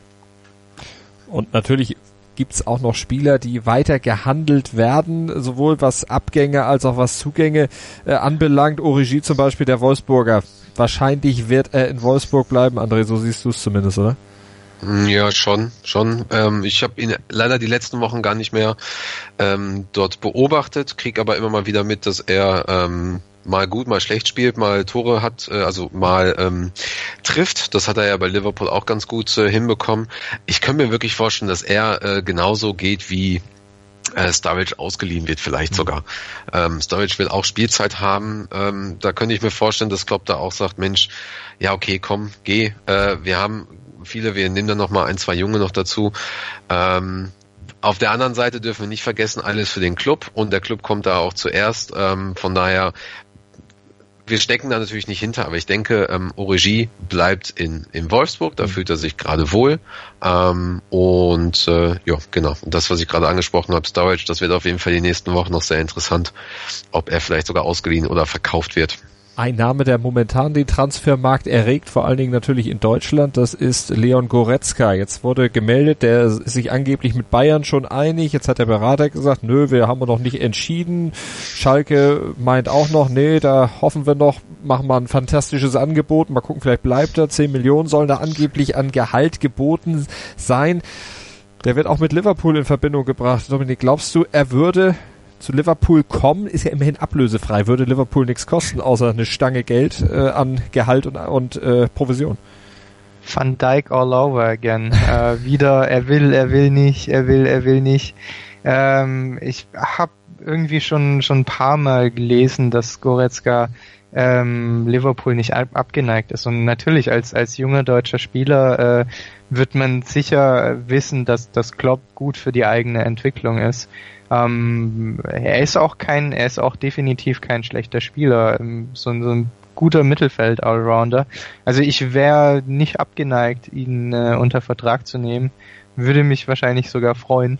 Und natürlich gibt's auch noch Spieler, die weiter gehandelt werden, sowohl was Abgänge als auch was Zugänge äh, anbelangt. Origi zum Beispiel, der Wolfsburger. Wahrscheinlich wird er in Wolfsburg bleiben, André, so siehst du es zumindest, oder? Ja, schon, schon. Ähm, ich habe ihn leider die letzten Wochen gar nicht mehr ähm, dort beobachtet, krieg aber immer mal wieder mit, dass er ähm, mal gut, mal schlecht spielt, mal Tore hat, äh, also mal ähm, trifft. Das hat er ja bei Liverpool auch ganz gut äh, hinbekommen. Ich könnte mir wirklich vorstellen, dass er äh, genauso geht wie äh, Sturridge ausgeliehen wird, vielleicht sogar. Ähm, Sturridge will auch Spielzeit haben. Ähm, da könnte ich mir vorstellen, dass Klopp da auch sagt, Mensch, ja okay, komm, geh. Äh, wir haben viele, wir nehmen dann noch mal ein, zwei Junge noch dazu. Ähm, auf der anderen Seite dürfen wir nicht vergessen, alles für den Club und der Club kommt da auch zuerst. Ähm, von daher, wir stecken da natürlich nicht hinter, aber ich denke, ähm, Origi bleibt in, in Wolfsburg, da fühlt er sich gerade wohl. Ähm, und äh, ja, genau. Und das, was ich gerade angesprochen habe, Sturridge, das wird auf jeden Fall die nächsten Wochen noch sehr interessant, ob er vielleicht sogar ausgeliehen oder verkauft wird. Ein Name, der momentan den Transfermarkt erregt, vor allen Dingen natürlich in Deutschland, das ist Leon Goretzka. Jetzt wurde gemeldet, der ist sich angeblich mit Bayern schon einig. Jetzt hat der Berater gesagt, nö, wir haben noch nicht entschieden. Schalke meint auch noch, nee, da hoffen wir noch, machen wir ein fantastisches Angebot. Mal gucken, vielleicht bleibt er. zehn Millionen sollen da angeblich an Gehalt geboten sein. Der wird auch mit Liverpool in Verbindung gebracht. Dominik, glaubst du, er würde zu Liverpool kommen? Ist ja immerhin ablösefrei, würde Liverpool nichts kosten, außer eine Stange Geld äh, an Gehalt und, und äh, Provision. Van Dijk all over again. äh, wieder, er will, er will nicht, er will, er will nicht. Ähm, ich habe irgendwie schon schon ein paar Mal gelesen, dass Goretzka ähm, Liverpool nicht ab- abgeneigt ist. Und natürlich als als junger deutscher Spieler äh, wird man sicher wissen, dass das Klopp gut für die eigene Entwicklung ist. Ähm, er ist auch kein, er ist auch definitiv kein schlechter Spieler, so, so ein guter Mittelfeld-Allrounder. Also ich wäre nicht abgeneigt, ihn äh, unter Vertrag zu nehmen, würde mich wahrscheinlich sogar freuen.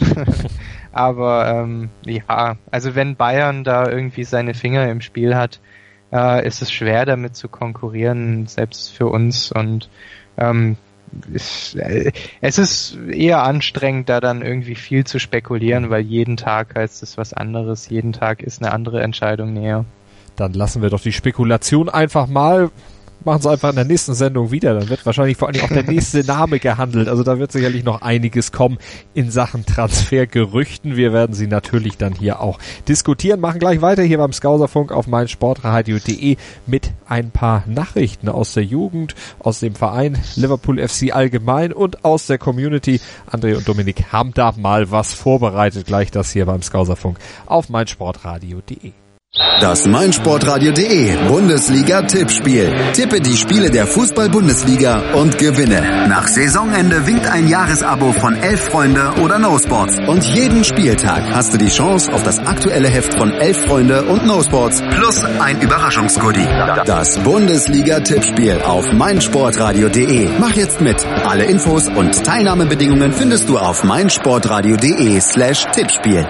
Aber ähm, ja, also wenn Bayern da irgendwie seine Finger im Spiel hat, äh, ist es schwer damit zu konkurrieren, selbst für uns. Und ähm, es, äh, es ist eher anstrengend, da dann irgendwie viel zu spekulieren, weil jeden Tag heißt es was anderes, jeden Tag ist eine andere Entscheidung näher. Dann lassen wir doch die Spekulation einfach mal. Machen Sie einfach in der nächsten Sendung wieder. Dann wird wahrscheinlich vor allem auch der nächste Name gehandelt. Also da wird sicherlich noch einiges kommen in Sachen Transfergerüchten. Wir werden sie natürlich dann hier auch diskutieren. Machen gleich weiter hier beim Skauserfunk auf meinsportradio punkt de mit ein paar Nachrichten aus der Jugend, aus dem Verein Liverpool F C allgemein und aus der Community. André und Dominik haben da mal was vorbereitet. Gleich das hier beim Skauserfunk auf meinsportradio punkt de. Das meinsportradio punkt de Bundesliga-Tippspiel. Tippe die Spiele der Fußball-Bundesliga und gewinne. Nach Saisonende winkt ein Jahresabo von Elf Freunde oder No Sports. Und jeden Spieltag hast du die Chance auf das aktuelle Heft von Elf Freunde und No Sports plus ein Überraschungsgoodie. Das Bundesliga-Tippspiel auf meinsportradio punkt de. Mach jetzt mit. Alle Infos und Teilnahmebedingungen findest du auf meinsportradio punkt de slash Tippspiel.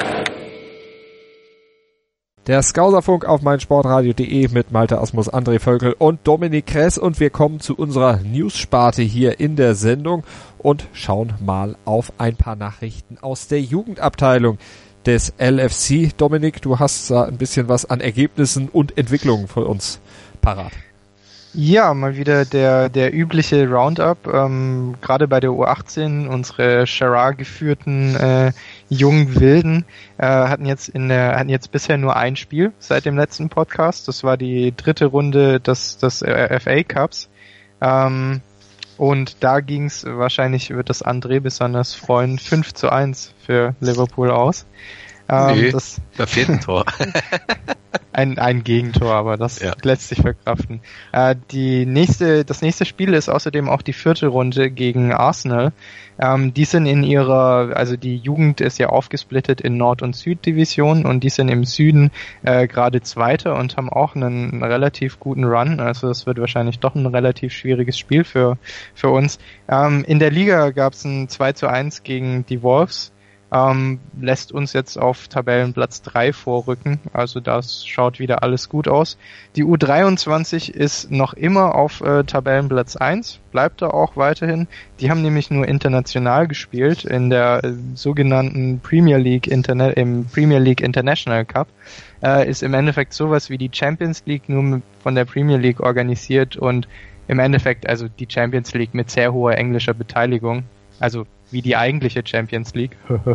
Der Skauserfunk auf meinsportradio punkt de mit Malte Asmus, André Völkel und Dominik Kress, und wir kommen zu unserer News-Sparte hier in der Sendung und schauen mal auf ein paar Nachrichten aus der Jugendabteilung des L F C. Dominik, du hast da ein bisschen was an Ergebnissen und Entwicklungen für uns parat. Ja, mal wieder der der übliche Roundup, ähm, gerade bei der U achtzehn, unsere Gerard geführten äh, jungen Wilden äh, hatten jetzt in der hatten jetzt bisher nur ein Spiel seit dem letzten Podcast. Das war die dritte Runde des des F A Cups. Ähm, und da ging's, wahrscheinlich wird das André besonders freuen, fünf zu eins für Liverpool aus. Ähm, nee, das, da fehlt ein Tor. Ein, ein Gegentor, aber das ja. lässt sich verkraften. Äh, die nächste, das nächste Spiel ist außerdem auch die vierte Runde gegen Arsenal. Ähm, die sind in ihrer, also die Jugend ist ja aufgesplittet in Nord- und Süddivision, und die sind im Süden äh, gerade Zweiter und haben auch einen, einen relativ guten Run. Also das wird wahrscheinlich doch ein relativ schwieriges Spiel für, für uns. Ähm, in der Liga gab es ein zwei zu eins gegen die Wolves. Ähm, lässt uns jetzt auf Tabellenplatz drei vorrücken, also das schaut wieder alles gut aus. Die U dreiundzwanzig ist noch immer auf äh, Tabellenplatz eins, bleibt da auch weiterhin. Die haben nämlich nur international gespielt in der äh, sogenannten Premier League Interna- im Premier League International Cup. Äh, ist im Endeffekt sowas wie die Champions League, nur mit, von der Premier League organisiert, und im Endeffekt also die Champions League mit sehr hoher englischer Beteiligung. Also wie die eigentliche Champions League.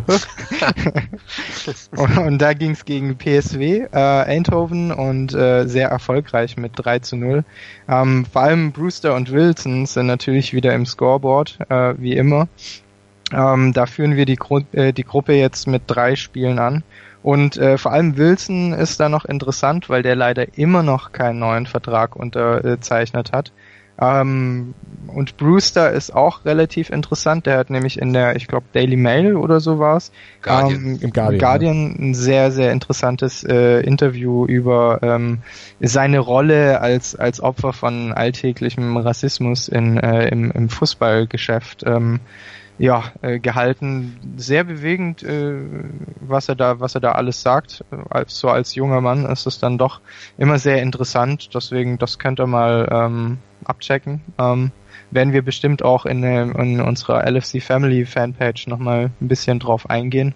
und, und da ging es gegen P S V äh, Eindhoven und äh, sehr erfolgreich mit drei zu null. Ähm, vor allem Brewster und Wilson sind natürlich wieder im Scoreboard, äh, wie immer. Ähm, da führen wir die, Gru- äh, die Gruppe jetzt mit drei Spielen an. Und äh, vor allem Wilson ist da noch interessant, weil der leider immer noch keinen neuen Vertrag unterzeichnet hat. Ähm, und Brewster ist auch relativ interessant, der hat nämlich in der, ich glaube, Daily Mail oder so war's, Guardian. Ähm, Im Guardian, Guardian ein sehr, sehr interessantes äh, Interview über ähm, seine Rolle als als Opfer von alltäglichem Rassismus in äh, im, im Fußballgeschäft ähm, ja, äh, gehalten. Sehr bewegend, äh, was er da, was er da alles sagt. Als, so als junger Mann ist es dann doch immer sehr interessant. Deswegen, das könnt ihr mal ähm, abchecken. Ähm, werden wir bestimmt auch in, in unserer L F C Family Fanpage nochmal ein bisschen drauf eingehen.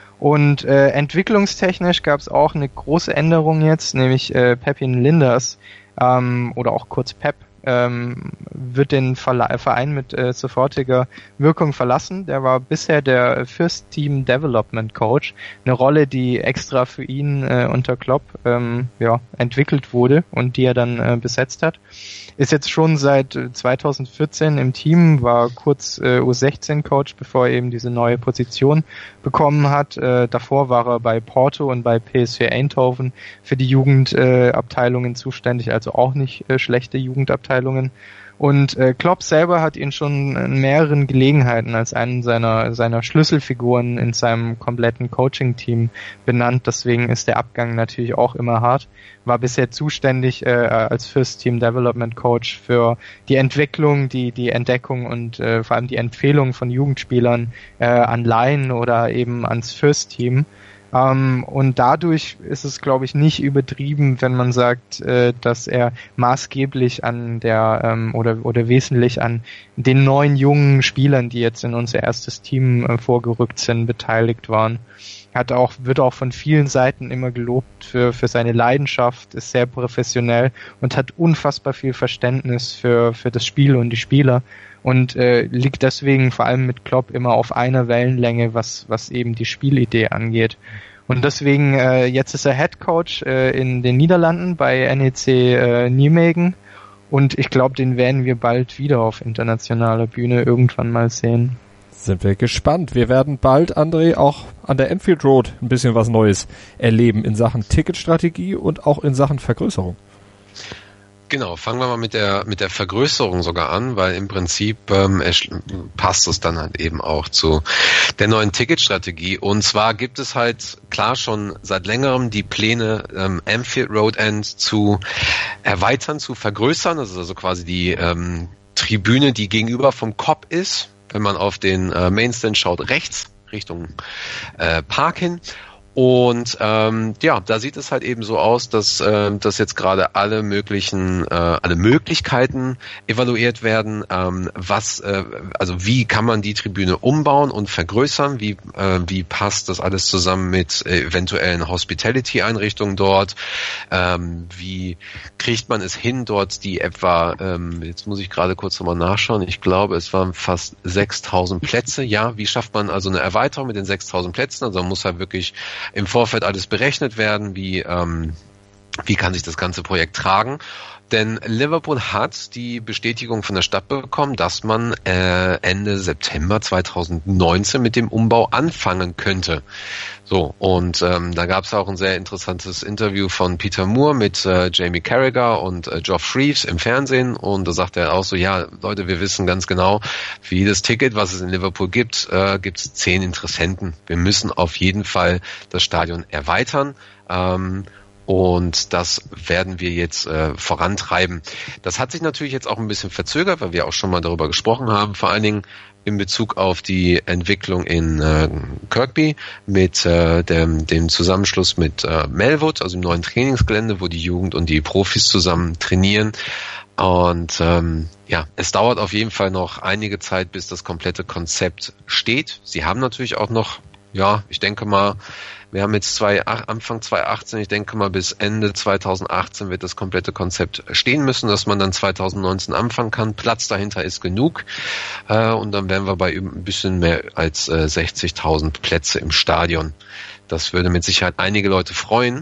Und äh, entwicklungstechnisch gab es auch eine große Änderung jetzt, nämlich äh, Pepin Linders, ähm, oder auch kurz Pep, ähm, wird den Verla- Verein mit äh, sofortiger Wirkung verlassen. Der war bisher der First Team Development Coach, eine Rolle, die extra für ihn äh, unter Klopp ähm, ja, entwickelt wurde und die er dann äh, besetzt hat. Ist jetzt schon seit zwanzig vierzehn im Team, war kurz äh, U sechzehn Coach, bevor er eben diese neue Position bekommen hat. Äh, davor war er bei Porto und bei P S V Eindhoven für die Jugendabteilungen äh, zuständig, also auch nicht äh, schlechte Jugendabteilungen. Und äh, Klopp selber hat ihn schon in mehreren Gelegenheiten als einen seiner seiner Schlüsselfiguren in seinem kompletten Coaching-Team benannt. Deswegen ist der Abgang natürlich auch immer hart. War bisher zuständig äh, als First Team Development Coach für die Entwicklung, die die Entdeckung und äh, vor allem die Empfehlung von Jugendspielern äh, an Laien oder eben ans First Team. Ähm, und dadurch ist es, glaube ich, nicht übertrieben, wenn man sagt, äh, dass er maßgeblich an der ähm, oder oder wesentlich an den neuen jungen Spielern, die jetzt in unser erstes Team äh, vorgerückt sind, beteiligt waren. Hat auch, wird auch von vielen Seiten immer gelobt für, für seine Leidenschaft, ist sehr professionell und hat unfassbar viel Verständnis für, für das Spiel und die Spieler und äh, liegt deswegen vor allem mit Klopp immer auf einer Wellenlänge, was, was eben die Spielidee angeht. Und deswegen, äh, jetzt ist er Head Coach äh, in den Niederlanden bei N E C äh, Nijmegen und ich glaube, den werden wir bald wieder auf internationaler Bühne irgendwann mal sehen. Sind wir gespannt. Wir werden bald, André, auch an der Anfield Road ein bisschen was Neues erleben in Sachen Ticketstrategie und auch in Sachen Vergrößerung. Genau, fangen wir mal mit der mit der Vergrößerung sogar an, weil im Prinzip ähm, passt es dann halt eben auch zu der neuen Ticketstrategie. Und zwar gibt es halt klar schon seit längerem die Pläne, ähm, Anfield Road End zu erweitern, zu vergrößern. Das ist also quasi die ähm, Tribüne, die gegenüber vom Kop ist. Wenn man auf den äh, Mainstand schaut, rechts Richtung äh, Park hin. Und ähm, ja, da sieht es halt eben so aus, dass, äh, dass jetzt gerade alle möglichen, äh, alle Möglichkeiten evaluiert werden. Ähm, was, äh, also wie kann man die Tribüne umbauen und vergrößern? Wie, äh, wie passt das alles zusammen mit äh, eventuellen Hospitality-Einrichtungen dort? Ähm, wie kriegt man es hin, dort die etwa, ähm, jetzt muss ich gerade kurz nochmal nachschauen. Ich glaube, es waren fast sechstausend Plätze. Ja, wie schafft man also eine Erweiterung mit den sechstausend Plätzen? Also man muss halt wirklich im Vorfeld alles berechnet werden, wie, ähm, wie kann sich das ganze Projekt tragen. Denn Liverpool hat die Bestätigung von der Stadt bekommen, dass man äh, Ende September zweitausendneunzehn mit dem Umbau anfangen könnte. So, und ähm, da gab es auch ein sehr interessantes Interview von Peter Moore mit äh, Jamie Carragher und äh, Geoff Reeves im Fernsehen. Und da sagt er auch so, ja, Leute, wir wissen ganz genau, für jedes Ticket, was es in Liverpool gibt, äh, gibt es zehn Interessenten. Wir müssen auf jeden Fall das Stadion erweitern. Ähm, Und das werden wir jetzt äh, vorantreiben. Das hat sich natürlich jetzt auch ein bisschen verzögert, weil wir auch schon mal darüber gesprochen haben, vor allen Dingen in Bezug auf die Entwicklung in äh, Kirkby mit äh, dem, dem Zusammenschluss mit äh, Melwood, also im neuen Trainingsgelände, wo die Jugend und die Profis zusammen trainieren. Und ähm, ja, es dauert auf jeden Fall noch einige Zeit, bis das komplette Konzept steht. Sie haben natürlich auch noch, ja, ich denke mal, wir haben jetzt zwei, Anfang zweitausendachtzehn, ich denke mal bis Ende zweitausendachtzehn wird das komplette Konzept stehen müssen, dass man dann zweitausendneunzehn anfangen kann. Platz dahinter ist genug äh, und dann wären wir bei ein bisschen mehr als äh, sechzigtausend Plätze im Stadion. Das würde mit Sicherheit einige Leute freuen.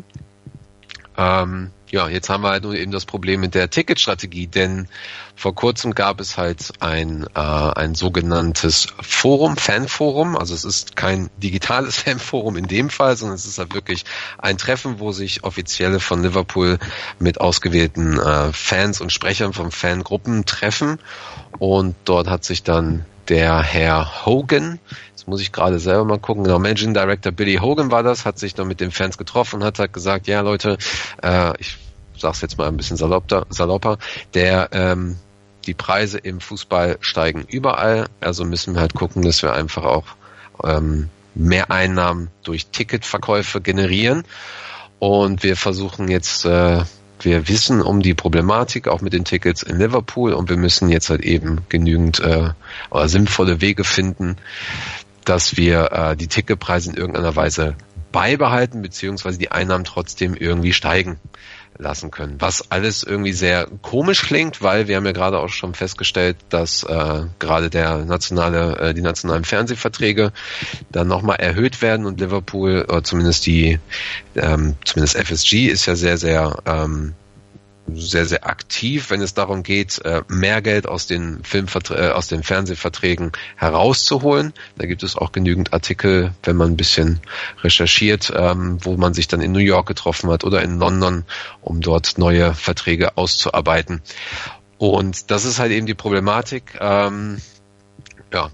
Ähm, ja, jetzt haben wir halt nur eben das Problem mit der Ticketstrategie, denn vor kurzem gab es halt ein äh, ein sogenanntes Forum, Fanforum, also es ist kein digitales Fanforum in dem Fall, sondern es ist halt wirklich ein Treffen, wo sich Offizielle von Liverpool mit ausgewählten äh, Fans und Sprechern von Fangruppen treffen und dort hat sich dann der Herr Hogan, jetzt muss ich gerade selber mal gucken, genau, Managing Director Billy Hogan war das, hat sich dann mit den Fans getroffen und hat halt gesagt, ja Leute, äh, ich sag's jetzt mal ein bisschen salopper, salopper der ähm, die Preise im Fußball steigen überall, also müssen wir halt gucken, dass wir einfach auch ähm, mehr Einnahmen durch Ticketverkäufe generieren und wir versuchen jetzt äh, wir wissen um die Problematik auch mit den Tickets in Liverpool und wir müssen jetzt halt eben genügend äh, oder sinnvolle Wege finden, dass wir äh, die Ticketpreise in irgendeiner Weise beibehalten beziehungsweise die Einnahmen trotzdem irgendwie steigen lassen können. Was alles irgendwie sehr komisch klingt, weil wir haben ja gerade auch schon festgestellt, dass äh, gerade der nationale, äh, die nationalen Fernsehverträge dann nochmal erhöht werden und Liverpool, oder zumindest die, ähm, zumindest F S G ist ja sehr, sehr ähm, sehr, sehr aktiv, wenn es darum geht, mehr Geld aus den Filmvertr- äh, aus den Fernsehverträgen herauszuholen. Da gibt es auch genügend Artikel, wenn man ein bisschen recherchiert, ähm, wo man sich dann in New York getroffen hat oder in London, um dort neue Verträge auszuarbeiten. Und das ist halt eben die Problematik. Ähm, ja,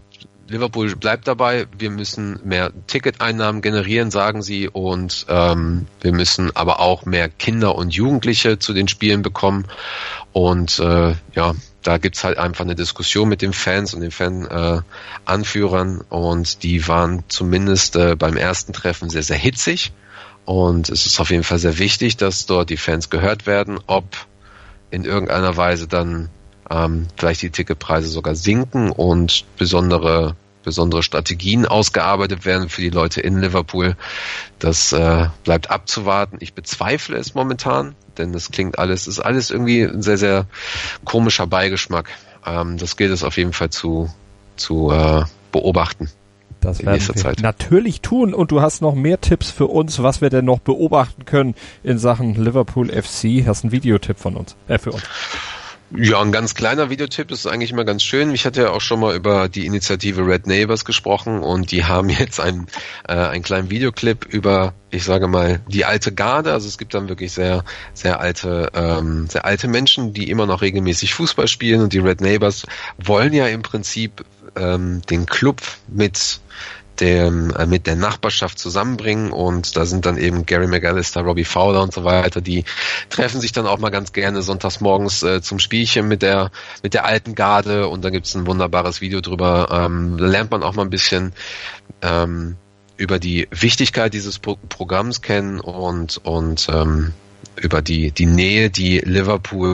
Liverpool bleibt dabei, wir müssen mehr Ticketeinnahmen generieren, sagen sie, und ähm, wir müssen aber auch mehr Kinder und Jugendliche zu den Spielen bekommen. Und äh, ja, da gibt's halt einfach eine Diskussion mit den Fans und den Fan-Anführern, äh, und die waren zumindest äh, beim ersten Treffen sehr, sehr hitzig. Und es ist auf jeden Fall sehr wichtig, dass dort die Fans gehört werden, ob in irgendeiner Weise dann ähm, vielleicht die Ticketpreise sogar sinken und besondere besondere Strategien ausgearbeitet werden für die Leute in Liverpool. Das äh, bleibt abzuwarten. Ich bezweifle es momentan, denn das klingt alles, ist alles irgendwie ein sehr, sehr komischer Beigeschmack. Ähm, das gilt es auf jeden Fall zu, zu äh, beobachten. Das werden wir Zeit. natürlich tun, und du hast noch mehr Tipps für uns, was wir denn noch beobachten können in Sachen Liverpool F C. Hast einen Videotipp von uns, äh, für uns. Ja, ein ganz kleiner Videotipp, das ist eigentlich immer ganz schön. Ich hatte ja auch schon mal über die Initiative Red Neighbors gesprochen, und die haben jetzt einen, äh, einen kleinen Videoclip über, ich sage mal, die alte Garde. Also es gibt dann wirklich sehr, sehr alte, ähm, sehr alte Menschen, die immer noch regelmäßig Fußball spielen, und die Red Neighbors wollen ja im Prinzip ähm, den Club mit dem, äh, mit der Nachbarschaft zusammenbringen, und da sind dann eben Gary McAllister, Robbie Fowler und so weiter, die treffen sich dann auch mal ganz gerne sonntags morgens äh, zum Spielchen mit der mit der alten Garde, und da gibt's ein wunderbares Video drüber. Ähm, da lernt man auch mal ein bisschen ähm, über die Wichtigkeit dieses Pro- Programms kennen und und ähm, über die die Nähe, die Liverpool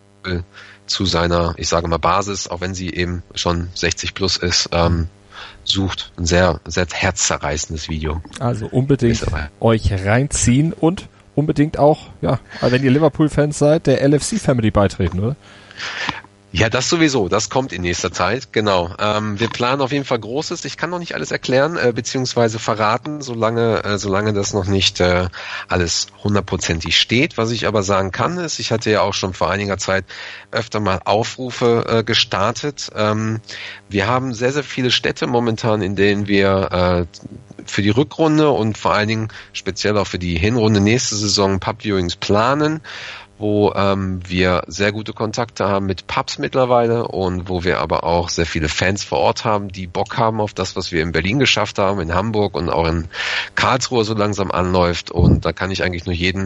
zu seiner, ich sage mal, Basis, auch wenn sie eben schon sechzig plus ist, ähm, sucht. Ein sehr, sehr herzzerreißendes Video. Also unbedingt euch reinziehen und unbedingt auch, ja, wenn ihr Liverpool-Fans seid, der L F C-Family beitreten, oder? Ja, das sowieso. Das kommt in nächster Zeit, genau. Ähm, wir planen auf jeden Fall Großes. Ich kann noch nicht alles erklären, äh, beziehungsweise verraten, solange äh, solange das noch nicht äh, alles hundertprozentig steht. Was ich aber sagen kann, ist, ich hatte ja auch schon vor einiger Zeit öfter mal Aufrufe äh, gestartet. Ähm, wir haben sehr, sehr viele Städte momentan, in denen wir äh, für die Rückrunde und vor allen Dingen speziell auch für die Hinrunde nächste Saison Pub-Viewings planen, wo ähm, wir sehr gute Kontakte haben mit Pubs mittlerweile, und wo wir aber auch sehr viele Fans vor Ort haben, die Bock haben auf das, was wir in Berlin geschafft haben, in Hamburg und auch in Karlsruhe so langsam anläuft. Und da kann ich eigentlich nur jeden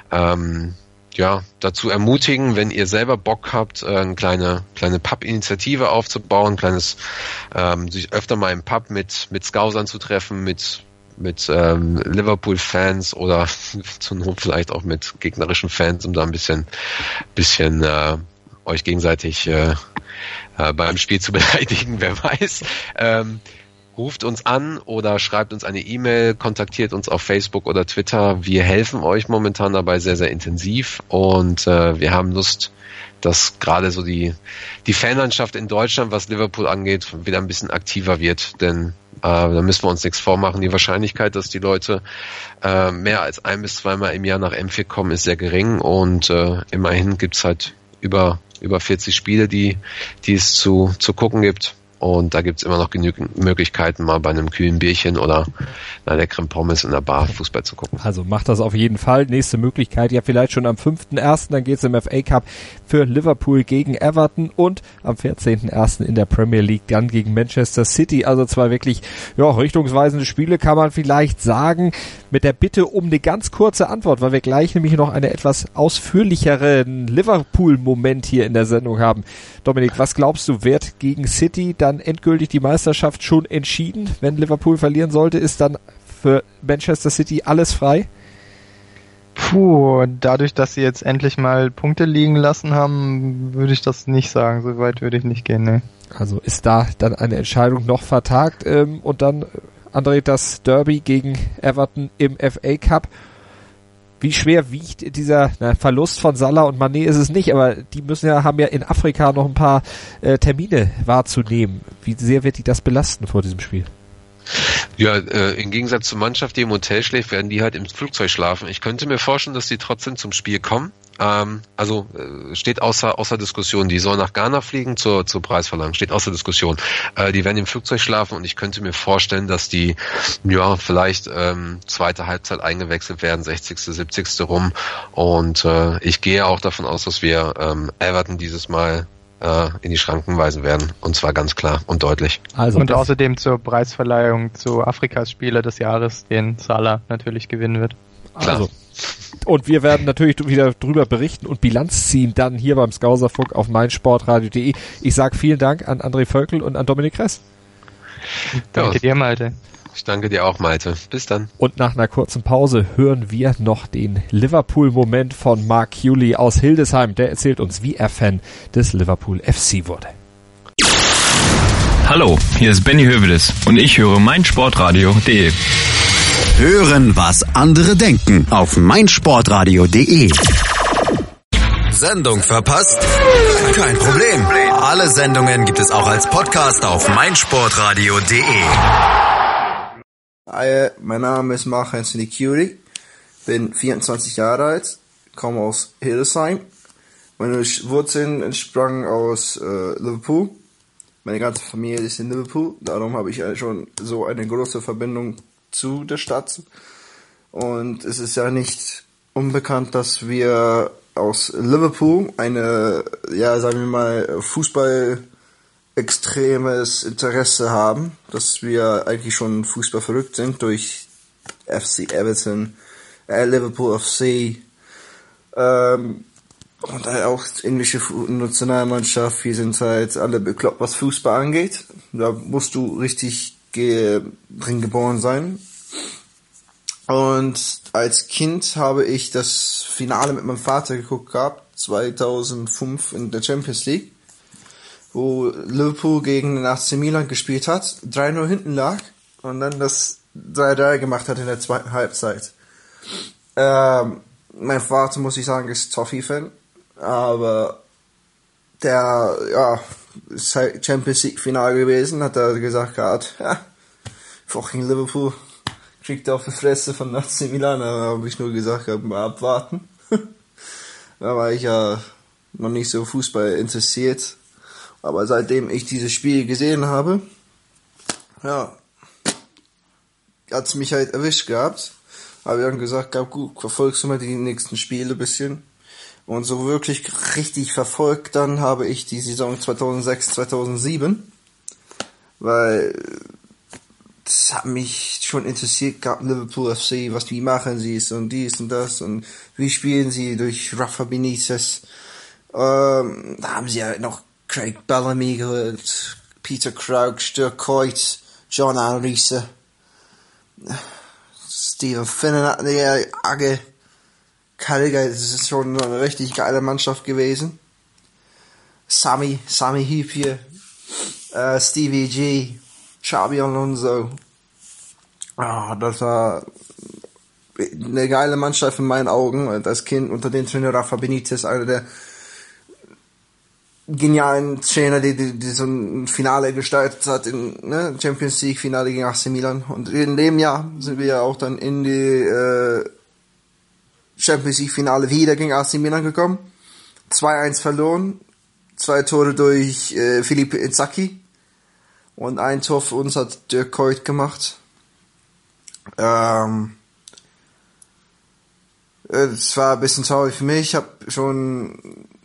ähm, ja dazu ermutigen, wenn ihr selber Bock habt, äh, eine kleine kleine Pub-Initiative aufzubauen, kleines ähm, sich öfter mal im Pub mit mit Scousern zu treffen, mit mit ähm, Liverpool-Fans oder zur Not vielleicht auch mit gegnerischen Fans, um da ein bisschen bisschen äh, euch gegenseitig äh, äh, beim Spiel zu beleidigen, wer weiß. Ähm, ruft uns an oder schreibt uns eine E-Mail, kontaktiert uns auf Facebook oder Twitter. Wir helfen euch momentan dabei sehr, sehr intensiv, und äh, wir haben Lust, dass gerade so die die Fanlandschaft in Deutschland, was Liverpool angeht, wieder ein bisschen aktiver wird, denn äh, da müssen wir uns nichts vormachen. Die Wahrscheinlichkeit, dass die Leute äh, mehr als ein bis zweimal im Jahr nach M vier kommen, ist sehr gering, und äh, immerhin gibt's halt über über vierzig Spiele, die die es zu zu gucken gibt. Und da gibt's immer noch genügend Möglichkeiten, mal bei einem kühlen Bierchen oder einer leckeren Pommes in der Bar Fußball zu gucken. Also macht das auf jeden Fall. Nächste Möglichkeit ja vielleicht schon am fünften ersten Dann geht's im F A Cup für Liverpool gegen Everton, und am vierzehnten ersten in der Premier League dann gegen Manchester City. Also zwei wirklich ja, richtungsweisende Spiele, kann man vielleicht sagen. Mit der Bitte um eine ganz kurze Antwort, weil wir gleich nämlich noch eine etwas ausführlicheren Liverpool-Moment hier in der Sendung haben. Dominik, was glaubst du, wird gegen City dann endgültig die Meisterschaft schon entschieden? Wenn Liverpool verlieren sollte, ist dann für Manchester City alles frei? Puh, dadurch, dass sie jetzt endlich mal Punkte liegen lassen haben, würde ich das nicht sagen. So weit würde ich nicht gehen, ne. Also ist da dann eine Entscheidung noch vertagt, ähm, und dann, André, das Derby gegen Everton im F A Cup. Wie schwer wiegt dieser na, Verlust von Salah und Mané ist es nicht, aber die müssen ja, haben ja in Afrika noch ein paar äh, Termine wahrzunehmen. Wie sehr wird die das belasten vor diesem Spiel? Ja, äh, im Gegensatz zur Mannschaft, die im Hotel schläft, werden die halt im Flugzeug schlafen. Ich könnte mir vorstellen, dass die trotzdem zum Spiel kommen. Ähm, also äh, steht außer außer Diskussion. Die sollen nach Ghana fliegen zur zur Preisverleihung. Steht außer Diskussion. Äh, die werden im Flugzeug schlafen, und ich könnte mir vorstellen, dass die ja vielleicht ähm, zweite Halbzeit eingewechselt werden, sechzigste, siebzigste rum. Und äh, ich gehe auch davon aus, dass wir ähm, Everton dieses Mal äh, in die Schranken weisen werden. Und zwar ganz klar und deutlich. Also und außerdem zur Preisverleihung zu Afrikas Spieler des Jahres, den Salah natürlich gewinnen wird. Klar. Also. Und wir werden natürlich wieder drüber berichten und Bilanz ziehen dann hier beim Skauserfunk auf meinsportradio punkt de. Ich sage vielen Dank an André Völkel und an Dominik Kress. Danke ja. dir, Malte. Ich danke dir auch, Malte. Bis dann. Und nach einer kurzen Pause hören wir noch den Liverpool-Moment von Mark Hewley aus Hildesheim. Der erzählt uns, wie er Fan des Liverpool F C wurde. Hallo, hier ist Benny Hövedes und ich höre meinsportradio punkt de. Hören, was andere denken auf meinsportradio punkt de. Sendung verpasst? Kein Problem. Alle Sendungen gibt es auch als Podcast auf meinsportradio punkt de. Hi, mein Name ist Mark Anthony Curie, bin vierundzwanzig Jahre alt, komme aus Hildesheim. Meine Wurzeln entsprangen aus äh, Liverpool. Meine ganze Familie ist in Liverpool, darum habe ich schon so eine große Verbindung zu der Stadt. Und es ist ja nicht unbekannt, dass wir aus Liverpool eine, ja, sagen wir mal, Fußball extremes Interesse haben, dass wir eigentlich schon Fußball verrückt sind durch F C Everton, äh, Liverpool F C, ähm, und auch die englische Nationalmannschaft. Wir sind halt alle bekloppt, was Fußball angeht. Da musst du richtig ge- drin geboren sein. Und als Kind habe ich das Finale mit meinem Vater geguckt gehabt, zweitausendfünf in der Champions League, wo Liverpool gegen den A C Milan gespielt hat, drei null hinten lag und dann das drei drei gemacht hat in der zweiten Halbzeit. Ähm, mein Vater, muss ich sagen, ist Toffee-Fan, aber der, ja, ist halt Champions League Finale gewesen, hat er gesagt gehabt, ja, fucking Liverpool kriegt auf die Fresse von A C Milan, da habe ich nur gesagt, mal abwarten. Da war ich ja noch nicht so Fußball interessiert. Aber seitdem ich dieses Spiel gesehen habe, ja, hat's mich halt erwischt gehabt. Habe ich dann gesagt, gut, verfolgst du mal die nächsten Spiele ein bisschen. Und so wirklich richtig verfolgt dann habe ich die Saison zweitausendsechs, zweitausendsieben. Weil das hat mich schon interessiert gehabt, Liverpool F C, was wie machen sie es und dies und das und wie spielen sie durch Rafa Benitez. Ähm, da haben sie ja noch Craig Bellamy gehört, Peter Crouch, Dirk Kuyt, John Arisa, Stephen Finnan, der Agge, Carragher, das ist schon eine richtig geile Mannschaft gewesen. Sammy, Sammy Hyypiä, äh, Stevie G, Xabi Alonso. Ah, das war eine geile Mannschaft in meinen Augen. Und als Kind unter dem Trainer Rafa Benitez, einer der genialen Trainer, die, die, die so ein Finale gestaltet hat, in ne, Champions League Finale gegen A C Milan. Und in dem Jahr sind wir ja auch dann in die äh, Champions League Finale wieder gegen A C Milan gekommen. zwei eins verloren, zwei Tore durch äh, Felipe Inzaghi und ein Tor für uns hat Dirk Kuyt gemacht. Ähm, es war ein bisschen traurig für mich. Ich habe schon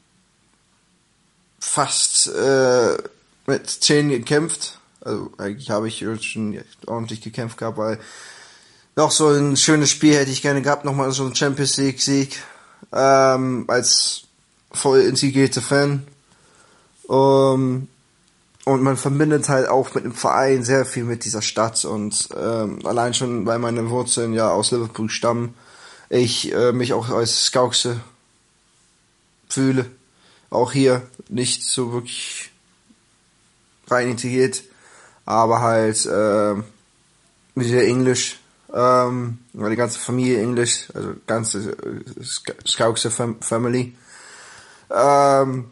fast äh, mit zehn gekämpft. Also eigentlich habe ich schon ordentlich gekämpft gehabt, weil noch so ein schönes Spiel hätte ich gerne gehabt, nochmal so ein Champions League Sieg, ähm, als voll integrierter Fan. Um, und man verbindet halt auch mit dem Verein sehr viel mit dieser Stadt und ähm, allein schon, weil meine Wurzeln ja aus Liverpool stammen, ich äh, mich auch als Scouse fühle. Auch hier nicht so wirklich rein integriert, aber halt äh, mit der Englisch, ähm, die ganze Familie Englisch, also ganze äh, Scouse Fam- Family. Ähm,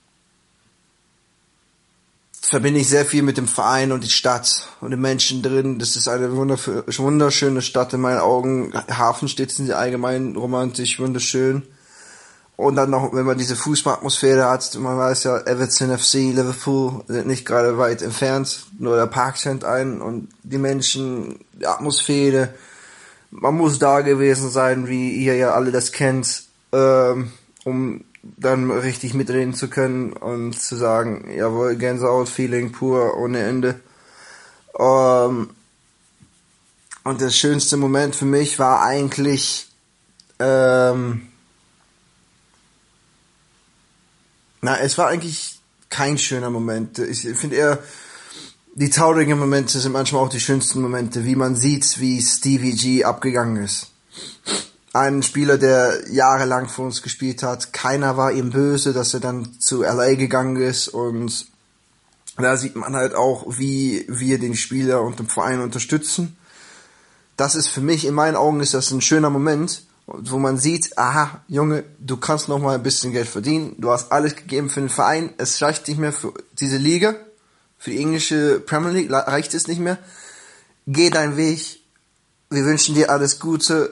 verbinde ich sehr viel mit dem Verein und die Stadt und den Menschen drin. Das ist eine wunderschöne Stadt in meinen Augen. Hafenstädte sind allgemein romantisch, wunderschön. Und dann noch, wenn man diese Fußballatmosphäre hat, man weiß ja, Everton F C, Liverpool sind nicht gerade weit entfernt, nur der Park scheint ein und die Menschen, die Atmosphäre, man muss da gewesen sein, wie ihr ja alle das kennt, ähm, um dann richtig mitreden zu können und zu sagen, jawohl, Gänsehaut-Feeling pur ohne Ende. Ähm, und der schönste Moment für mich war eigentlich ähm, na, es war eigentlich kein schöner Moment. Ich finde eher, die traurigen Momente sind manchmal auch die schönsten Momente, wie man sieht, wie Stevie G abgegangen ist. Ein Spieler, der jahrelang für uns gespielt hat, keiner war ihm böse, dass er dann zu L A gegangen ist, und da sieht man halt auch, wie wir den Spieler und den Verein unterstützen. Das ist für mich, in meinen Augen ist das ein schöner Moment, wo man sieht, aha, Junge, du kannst noch mal ein bisschen Geld verdienen, du hast alles gegeben für den Verein, es reicht nicht mehr für diese Liga, für die englische Premier League reicht es nicht mehr. Geh deinen Weg, wir wünschen dir alles Gute.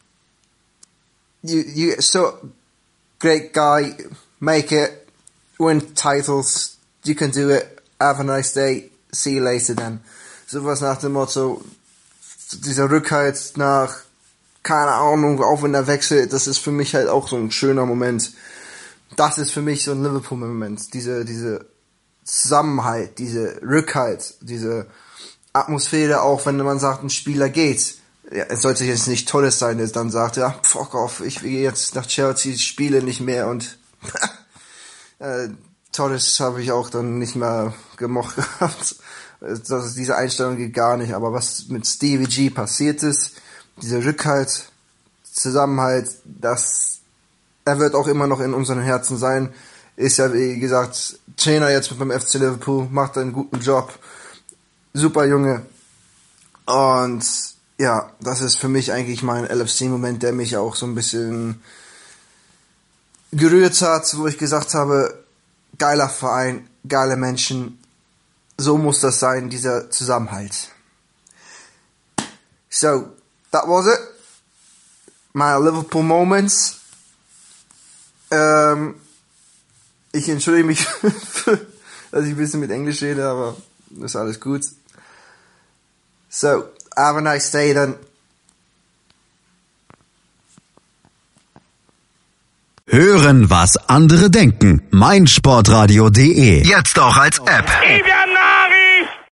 You, you so great guy, make it, win titles, you can do it, have a nice day, see you later then. Sowas nach dem Motto, dieser Rückhalt nach, keine Ahnung, auch wenn er wechselt, das ist für mich halt auch so ein schöner Moment. Das ist für mich so ein Liverpool-Moment, diese, diese Zusammenhalt, diese Rückhalt, diese Atmosphäre, auch wenn man sagt, ein Spieler geht. Ja, es sollte jetzt nicht Tolles sein, der dann sagt, ja, fuck off, ich will jetzt nach Chelsea, spiele nicht mehr, und äh, Tolles habe ich auch dann nicht mehr gemocht gehabt. Das, diese Einstellung geht gar nicht, aber was mit Stevie G passiert ist, dieser Rückhalt, Zusammenhalt, das, er wird auch immer noch in unseren Herzen sein, ist ja, wie gesagt, Trainer jetzt beim F C Liverpool, macht einen guten Job, super Junge, und ja, das ist für mich eigentlich mein L F C-Moment, der mich auch so ein bisschen gerührt hat, wo ich gesagt habe, geiler Verein, geile Menschen, so muss das sein, dieser Zusammenhalt. So, that was it. My Liverpool Moments. Ähm, ich entschuldige mich, dass ich ein bisschen mit Englisch rede, aber ist alles gut. So, have a nice day then. Hören, was andere denken. meinsportradio punkt de. Jetzt auch als App.